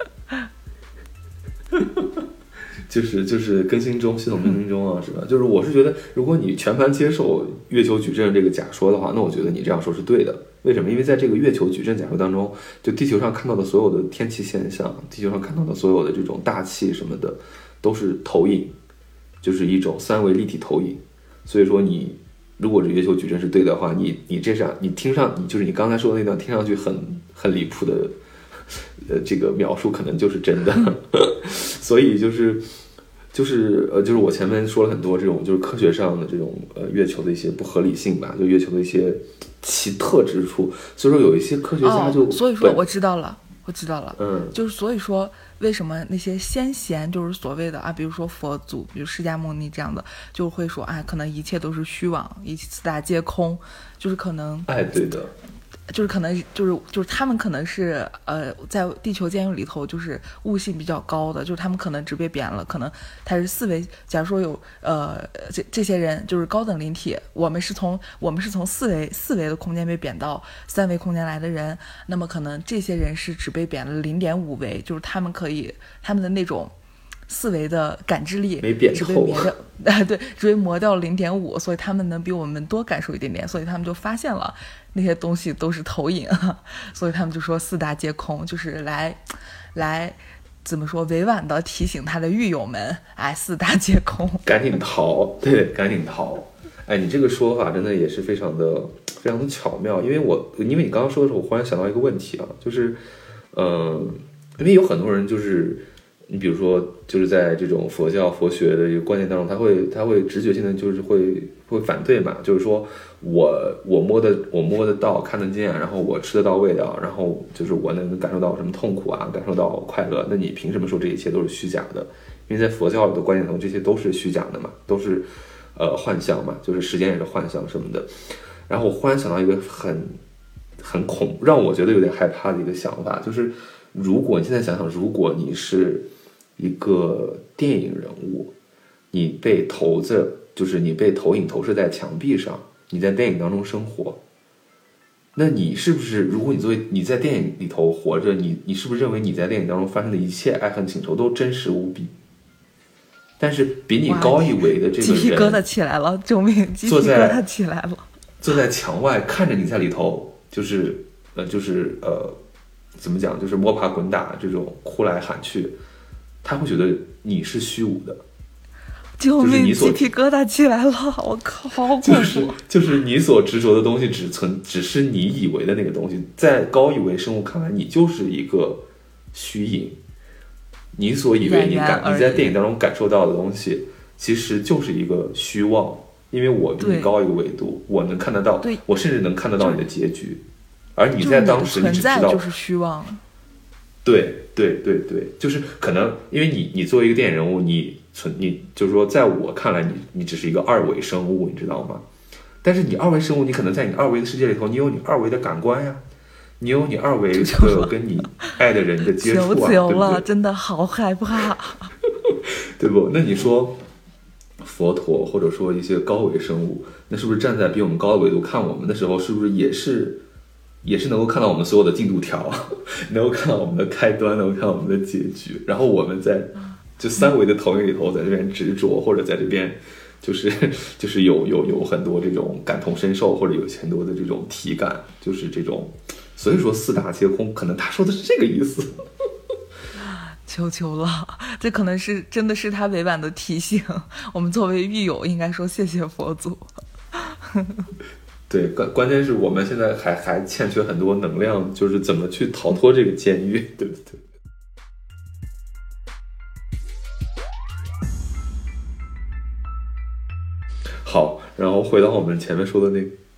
就是更新中，系统更新中啊，是吧？就是我是觉得，如果你全盘接受月球矩阵这个假说的话，那我觉得你这样说是对的。为什么？因为在这个月球矩阵假说当中，就地球上看到的所有的天气现象，地球上看到的所有的这种大气什么的，都是投影，就是一种3维立体投影。所以说你如果这月球矩阵是对的话，你听上就是你刚才说的那段听上去很离谱的这个描述可能就是真的。所以就是我前面说了很多这种就是科学上的这种月球的一些不合理性吧，就月球的一些奇特之处。所以说有一些科学家所以说我知道了，就是所以说为什么那些先贤就是所谓的比如说佛祖，比如释迦牟尼这样的，就会说可能一切都是虚妄，四大皆空，就是可能对的。 就是可能就是他们可能是在地球监狱里头就是悟性比较高的，就是他们可能只被贬了，可能他是4维，假如说有这些人就是高等灵体，我们是从四维的空间被贬到3维空间来的人，那么可能这些人是只被贬了0.5维，就是他们的那种4维的感知力没贬透， 对，只被磨掉了0.5，所以他们能比我们多感受一点点，所以他们就发现了那些东西都是投影，所以他们就说4大皆空，就是来怎么说，委婉的提醒他的狱友们，4大皆空， 赶紧逃，对，赶紧逃。你这个说法真的也是非常的巧妙，因为你刚刚说的时候，我忽然想到一个问题啊，就是因为有很多人就是你比如说，就是在这种佛教佛学的一个观念当中，他会直觉性的就是会反对嘛，就是说我摸得到看得见，然后我吃得到味道，然后就是我能感受到什么痛苦啊，感受到快乐，那你凭什么说这一切都是虚假的？因为在佛教的观念中，这些都是虚假的嘛，都是幻象嘛，就是时间也是幻象什么的。然后我忽然想到一个让我觉得有点害怕的一个想法，就是如果你现在想想，如果你是一个电影人物，你被投影投射在墙壁上，你在电影当中生活，那你是不是，如果你在电影里头活着，你是不是认为你在电影当中发生的一切爱恨情仇都真实无比？但是比你高一维的这个人， 鸡皮疙瘩起来了，救命！鸡皮疙瘩起来了， 坐在墙外看着你在里头，怎么讲，就是摸爬滚打这种哭来喊去，他会觉得你是虚无的。 救命！鸡皮疙瘩起来了，我靠，好恐怖！ 就是你所执着的东西只是你以为的那个东西，在高一维生物看来，你就是一个虚影。你所以为你在电影当中感受到的东西，其实就是一个虚妄。因为我比你高一个维度，我能看得到，我甚至能看得到你的结局，而你在当时你只知道就是虚妄。 对，就是可能因为你作为一个电影人物，你就是说，在我看来，你只是一个二维生物，你知道吗？但是你二维生物，你可能在你二维的世界里头，你有你二维的感官呀，你有你二维的跟你爱的人的接触啊， 对不对？真的好害怕， 对不？那你说佛陀或者说一些高维生物，那是不是站在比我们高的维度看我们的时候，是不是也是能够看到我们所有的进度条，能够看到我们的开端，能够看到我们的结局，然后我们在就三维的投影里头，在这边执着，或者在这边就是有很多这种感同身受，或者有很多的这种体感，就是这种，所以说四大皆空，可能他说的是这个意思。 求了，这可能是真的是他委婉的提醒，我们作为狱友应该说谢谢佛祖。 对，关键是我们现在还欠缺很多能量，就是怎么去逃脱这个监狱，对不对？好，然后回到我们前面说的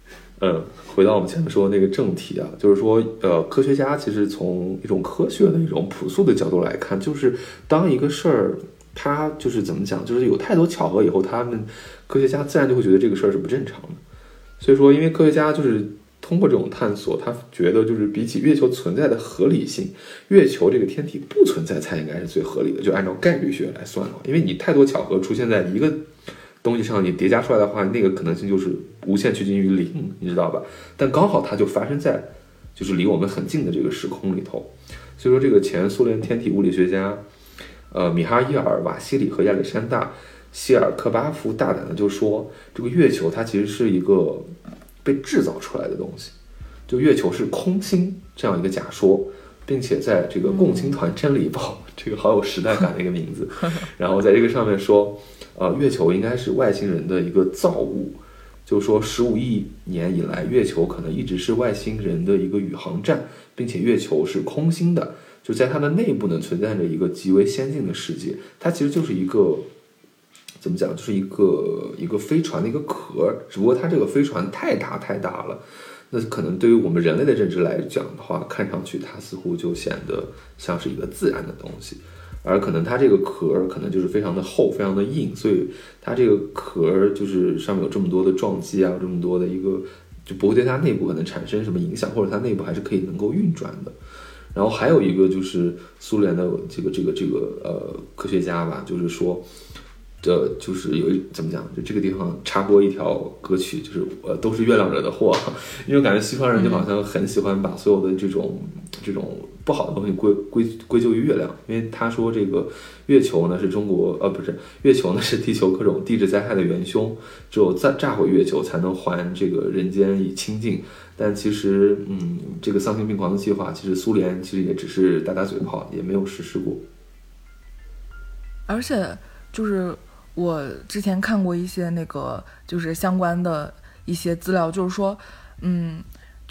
那个正题啊，就是说，科学家其实从一种科学的一种朴素的角度来看，就是当一个事儿，它就是怎么讲，就是有太多巧合以后，科学家自然就会觉得这个事儿是不正常的。所以说，因为科学家就是通过这种探索，他觉得就是比起月球存在的合理性，月球这个天体不存在才应该是最合理的，就按照概率学来算的话，因为你太多巧合出现在一个东西上，你叠加出来的话，那个可能性就是无限趋近于零，你知道吧？但刚好它就发生在就是离我们很近的这个时空里头。所以说，这个前苏联天体物理学家米哈伊尔·瓦西里和亚历山大·谢尔科巴夫大胆的就说，这个月球它其实是一个被制造出来的东西，就月球是空心这样一个假说，并且在这个共青团真理报，这个好有时代感的一个名字，然后在这个上面说，月球应该是外星人的一个造物，就是说15亿年以来，月球可能一直是外星人的一个宇航站，并且月球是空心的，就在它的内部呢存在着一个极为先进的世界，它其实就是一个怎么讲，就是一个飞船的一个壳，只不过它这个飞船太大了，那可能对于我们人类的认知来讲的话，看上去它似乎就显得像是一个自然的东西，而可能它这个壳可能就是非常的厚，非常的硬，所以它这个壳就是上面有这么多的撞击啊，这么多的一个就不会对它内部可能产生什么影响，或者它内部还是可以能够运转的。然后还有一个就是苏联的这个科学家吧，就是说就是怎么讲，就这个地方插播一条歌曲，就是都是月亮惹的祸，因为我感觉西方人就好像很喜欢把所有的这种不好的东西归咎于月亮，因为他说这个月球呢是月球呢是地球各种地质灾害的元凶，只有炸毁月球才能还这个人间以清净。但其实这个丧心病狂的计划，其实苏联其实也只是打打嘴炮，也没有实施过。 而且就是我之前看过一些那个就是相关的一些资料，就是说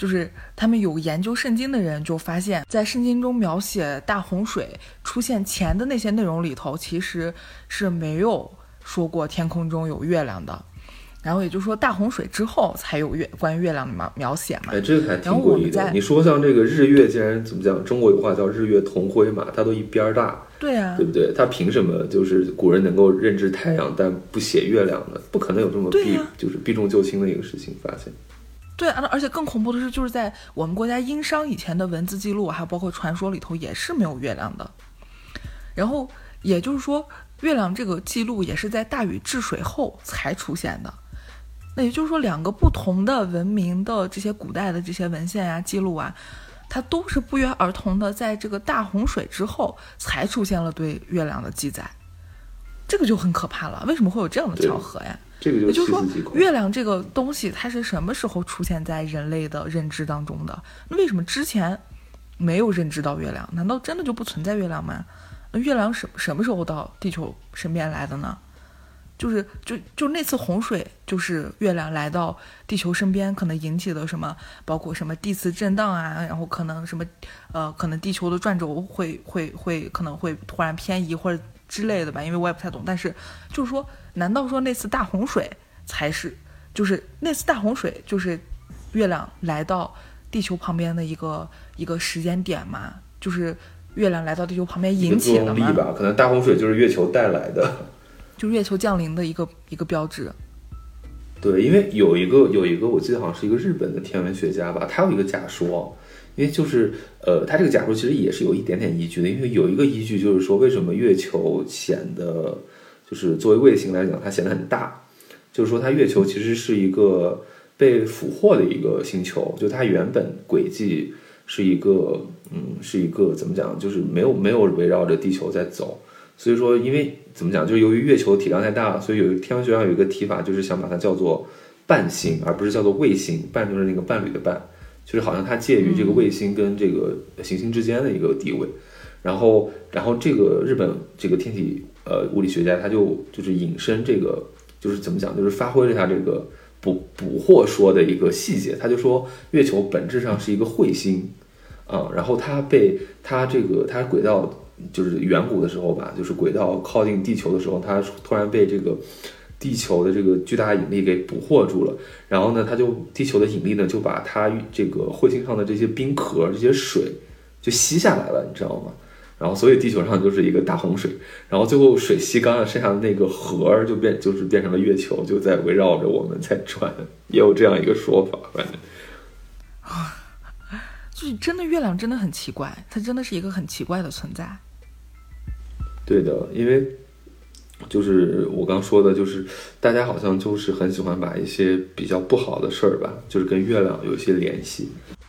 就是他们有研究圣经的人就发现，在圣经中描写大洪水出现前的那些内容里头，其实是没有说过天空中有月亮的。然后也就是说，大洪水之后才有关于月亮的描写嘛。 这个还挺诡异的。你说像这个日月，竟然怎么讲？中国有话叫日月同辉嘛，它都一边大， 对啊， 对不对？它凭什么就是古人能够认知太阳，但不写月亮呢？不可能有这么就是避重就轻的一个事情发现。 对啊，而且更恐怖的是，就是在我们国家殷商以前的文字记录，还有包括传说里头，也是没有月亮的。然后也就是说，月亮这个记录也是在大禹治水后才出现的。那也就是说，两个不同的文明的这些古代的这些文献啊、记录啊，它都是不约而同的在这个大洪水之后才出现了对月亮的记载。这个就很可怕了，为什么会有这样的巧合呀？ 这个也就是说，月亮这个东西它是什么时候出现在人类的认知当中的？那为什么之前没有认知到月亮？难道真的就不存在月亮吗？那月亮什么时候到地球身边来的呢？就那次洪水，就是月亮来到地球身边，可能引起的什么，包括什么地磁震荡啊，然后可能什么可能地球的转轴会可能会突然偏移或者之类的吧，因为我也不太懂。但是就是说，难道说那次大洪水才是，就是那次大洪水就是月亮来到地球旁边的一个时间点嘛？就是月亮来到地球旁边引起的吗？ 吧，可能大洪水就是月球带来的。 就月球降临的一个标志。 对，因为有一个我记得好像是一个日本的天文学家吧，他有一个假说，因为就是他这个假说其实也是有一点点依据的，因为有一个依据就是说为什么月球显得就是作为卫星来讲它显得很大，就是说它月球其实是一个被俘获的一个星球，就它原本轨迹是一个怎么讲，就是没有围绕着地球在走。所以说，因为怎么讲，就是由于月球体量太大了，所以天文学上有一个提法，就是想把它叫做伴星，而不是叫做卫星。伴就是那个伴侣的伴，就是好像它介于这个卫星跟这个行星之间的一个地位。然后这个日本这个天体物理学家他就是引申这个，就是怎么讲，就是发挥了他这个捕获说的一个细节，他就说月球本质上是一个彗星啊，然后它轨道。就是远古的时候吧，就是轨道靠近地球的时候，它突然被这个地球的这个巨大引力给捕获住了。然后呢，地球的引力呢就把它这个彗星上的这些冰壳、这些水就吸下来了，你知道吗？然后所以地球上就是一个大洪水。然后最后水吸干了，剩下的那个核就变成了月球，就在围绕着我们在转，也有这样一个说法，反正。 就是真的，月亮真的很奇怪，它真的是一个很奇怪的存在。 对的，因为就是我刚说的，就是大家好像就是很喜欢把一些比较不好的事儿吧，就是跟月亮有一些联系。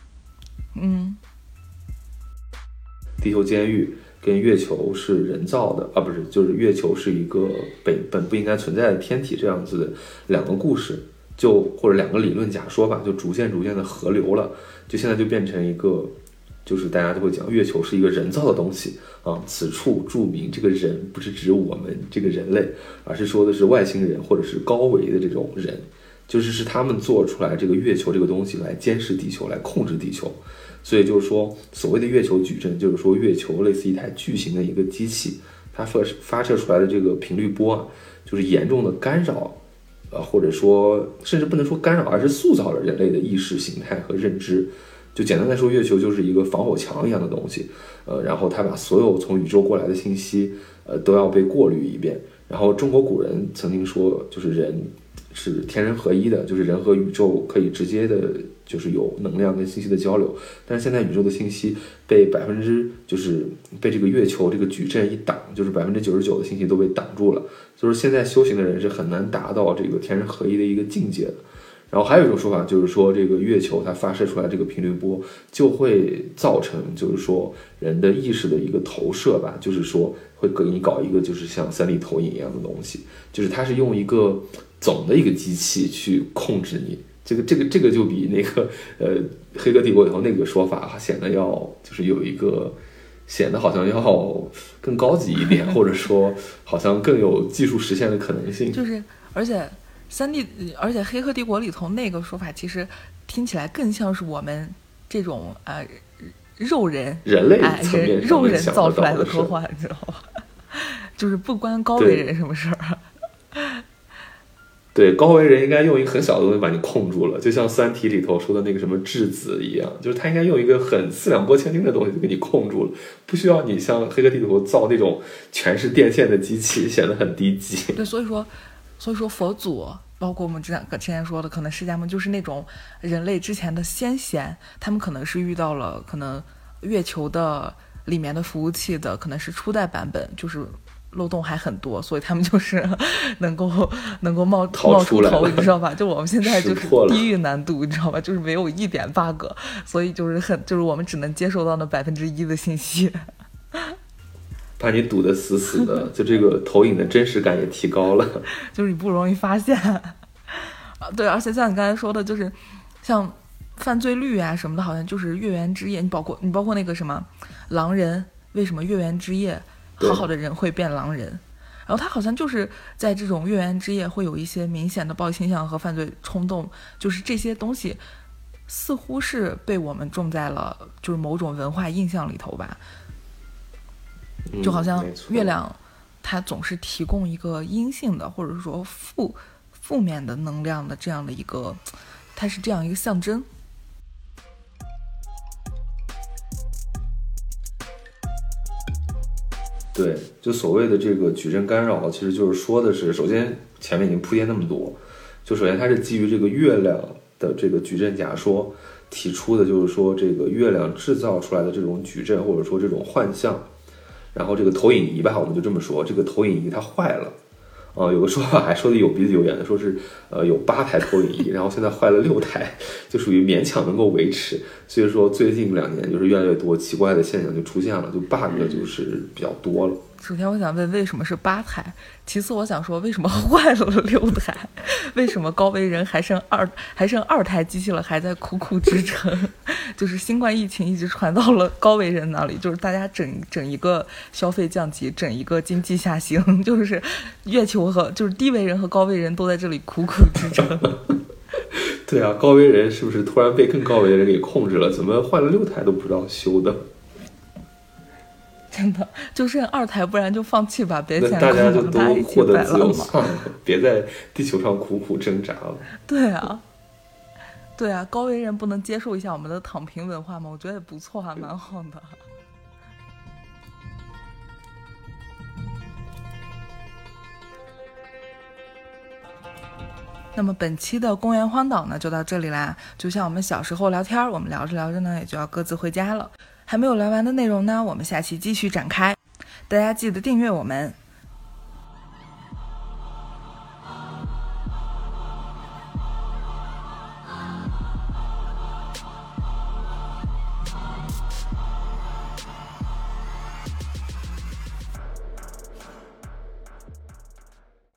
地球监狱跟月球是人造的啊，不是，就是月球是一个本不应该存在的天体，这样子的两个故事，或者两个理论假说吧，就逐渐的合流了，就现在就变成一个。就是大家都会讲月球是一个人造的东西啊，此处注明这个人不是指我们这个人类，而是说的是外星人或者是高维的这种人，是他们做出来这个月球这个东西来监视地球，来控制地球。所以就是说所谓的月球矩阵，就是说月球类似一台巨型的一个机器，它发射出来的这个频率波啊，就是严重的干扰或者说甚至不能说干扰，而是塑造了人类的意识形态和认知。就简单来说，月球就是一个防火墙一样的东西，然后它把所有从宇宙过来的信息，都要被过滤一遍。然后中国古人曾经说，就是人是天人合一的，就是人和宇宙可以直接的，就是有能量跟信息的交流。但是现在宇宙的信息被被这个月球这个矩阵一挡，就是99%的信息都被挡住了。就是现在修行的人是很难达到这个天人合一的一个境界的。然后还有一种说法，就是说这个月球它发射出来这个频率波就会造成，就是说人的意识的一个投射吧，就是说会给你搞一个就是像3D 投影一样的东西，就是它是用一个总的一个机器去控制你。这个就比那个黑客帝国以后那个说法显得要就是有一个显得好像要更高级一点，或者说好像更有技术实现的可能性。 而且 3D，而且《黑客帝国》里头那个说法其实听起来更像是我们这种肉人人类层面肉人造出来的科幻，你知道吗？就是不关高维人什么事儿。 对，高维人应该用一个很小的东西把你控住了，就像《三体》里头说的那个什么质子一样，就是他应该用一个很四两拨千斤的东西就给你控住了，不需要你像《黑客帝国》造那种全是电线的机器，显得很低级。 对，所以说佛祖，包括我们之前说的，可能释迦牟就是那种人类之前的先贤，他们可能是遇到了可能月球的里面的服务器的可能是初代版本，就是漏洞还很多，所以他们就是能够冒出头，你知道吧？就我们现在就是地狱难度，你知道吧？就是没有一点 bug， 所以就是我们只能接受到那1%的信息， 把你堵得死死的，就这个投影的真实感也提高了， 就是你不容易发现。对，而且像你刚才说的，就是像犯罪率啊什么的，好像就是月圆之夜，你包括那个什么狼人，为什么月圆之夜好好的人会变狼人？然后他好像就是在这种月圆之夜会有一些明显的暴力倾向和犯罪冲动，就是这些东西似乎是被我们种在了就是某种文化印象里头吧。就好像月亮它总是提供一个阴性的或者说负面的能量的这样的一个，它是这样一个象征。 对，就所谓的这个矩阵干扰，其实就是说的是，首先前面已经铺垫那么多，就首先它是基于这个月亮的这个矩阵假说提出的，就是说这个月亮制造出来的这种矩阵或者说这种幻象，然后这个投影仪吧，我们就这么说，这个投影仪它坏了。有个说法还说的有鼻子有眼的，说是有8台投影仪，然后现在坏了6台，就属于勉强能够维持。所以说最近2年就是越来越多奇怪的现象就出现了，就 bug 就是比较多了。 首先我想问为什么是8台，其次我想说为什么坏了6台，为什么高维人还剩2台机器了还在苦苦支撑，就是新冠疫情一直传到了高维人那里，就是大家整一个消费降级，整一个经济下行，就是月球和就是低维人和高维人都在这里苦苦支撑。 对啊，高维人是不是突然被更高维的人给控制了？怎么换了6台都不知道修的？ 真的就剩2台，不然就放弃吧，别嫌大家就都获得自由算了，别在地球上苦苦挣扎了。 对啊，高维人不能接受一下我们的躺平文化吗？我觉得也不错，还蛮好的。那么本期的公园荒岛呢就到这里啦，就像我们小时候聊天，我们聊着聊着呢也就要各自回家了。还没有聊完的内容呢，我们下期继续展开，大家记得订阅我们。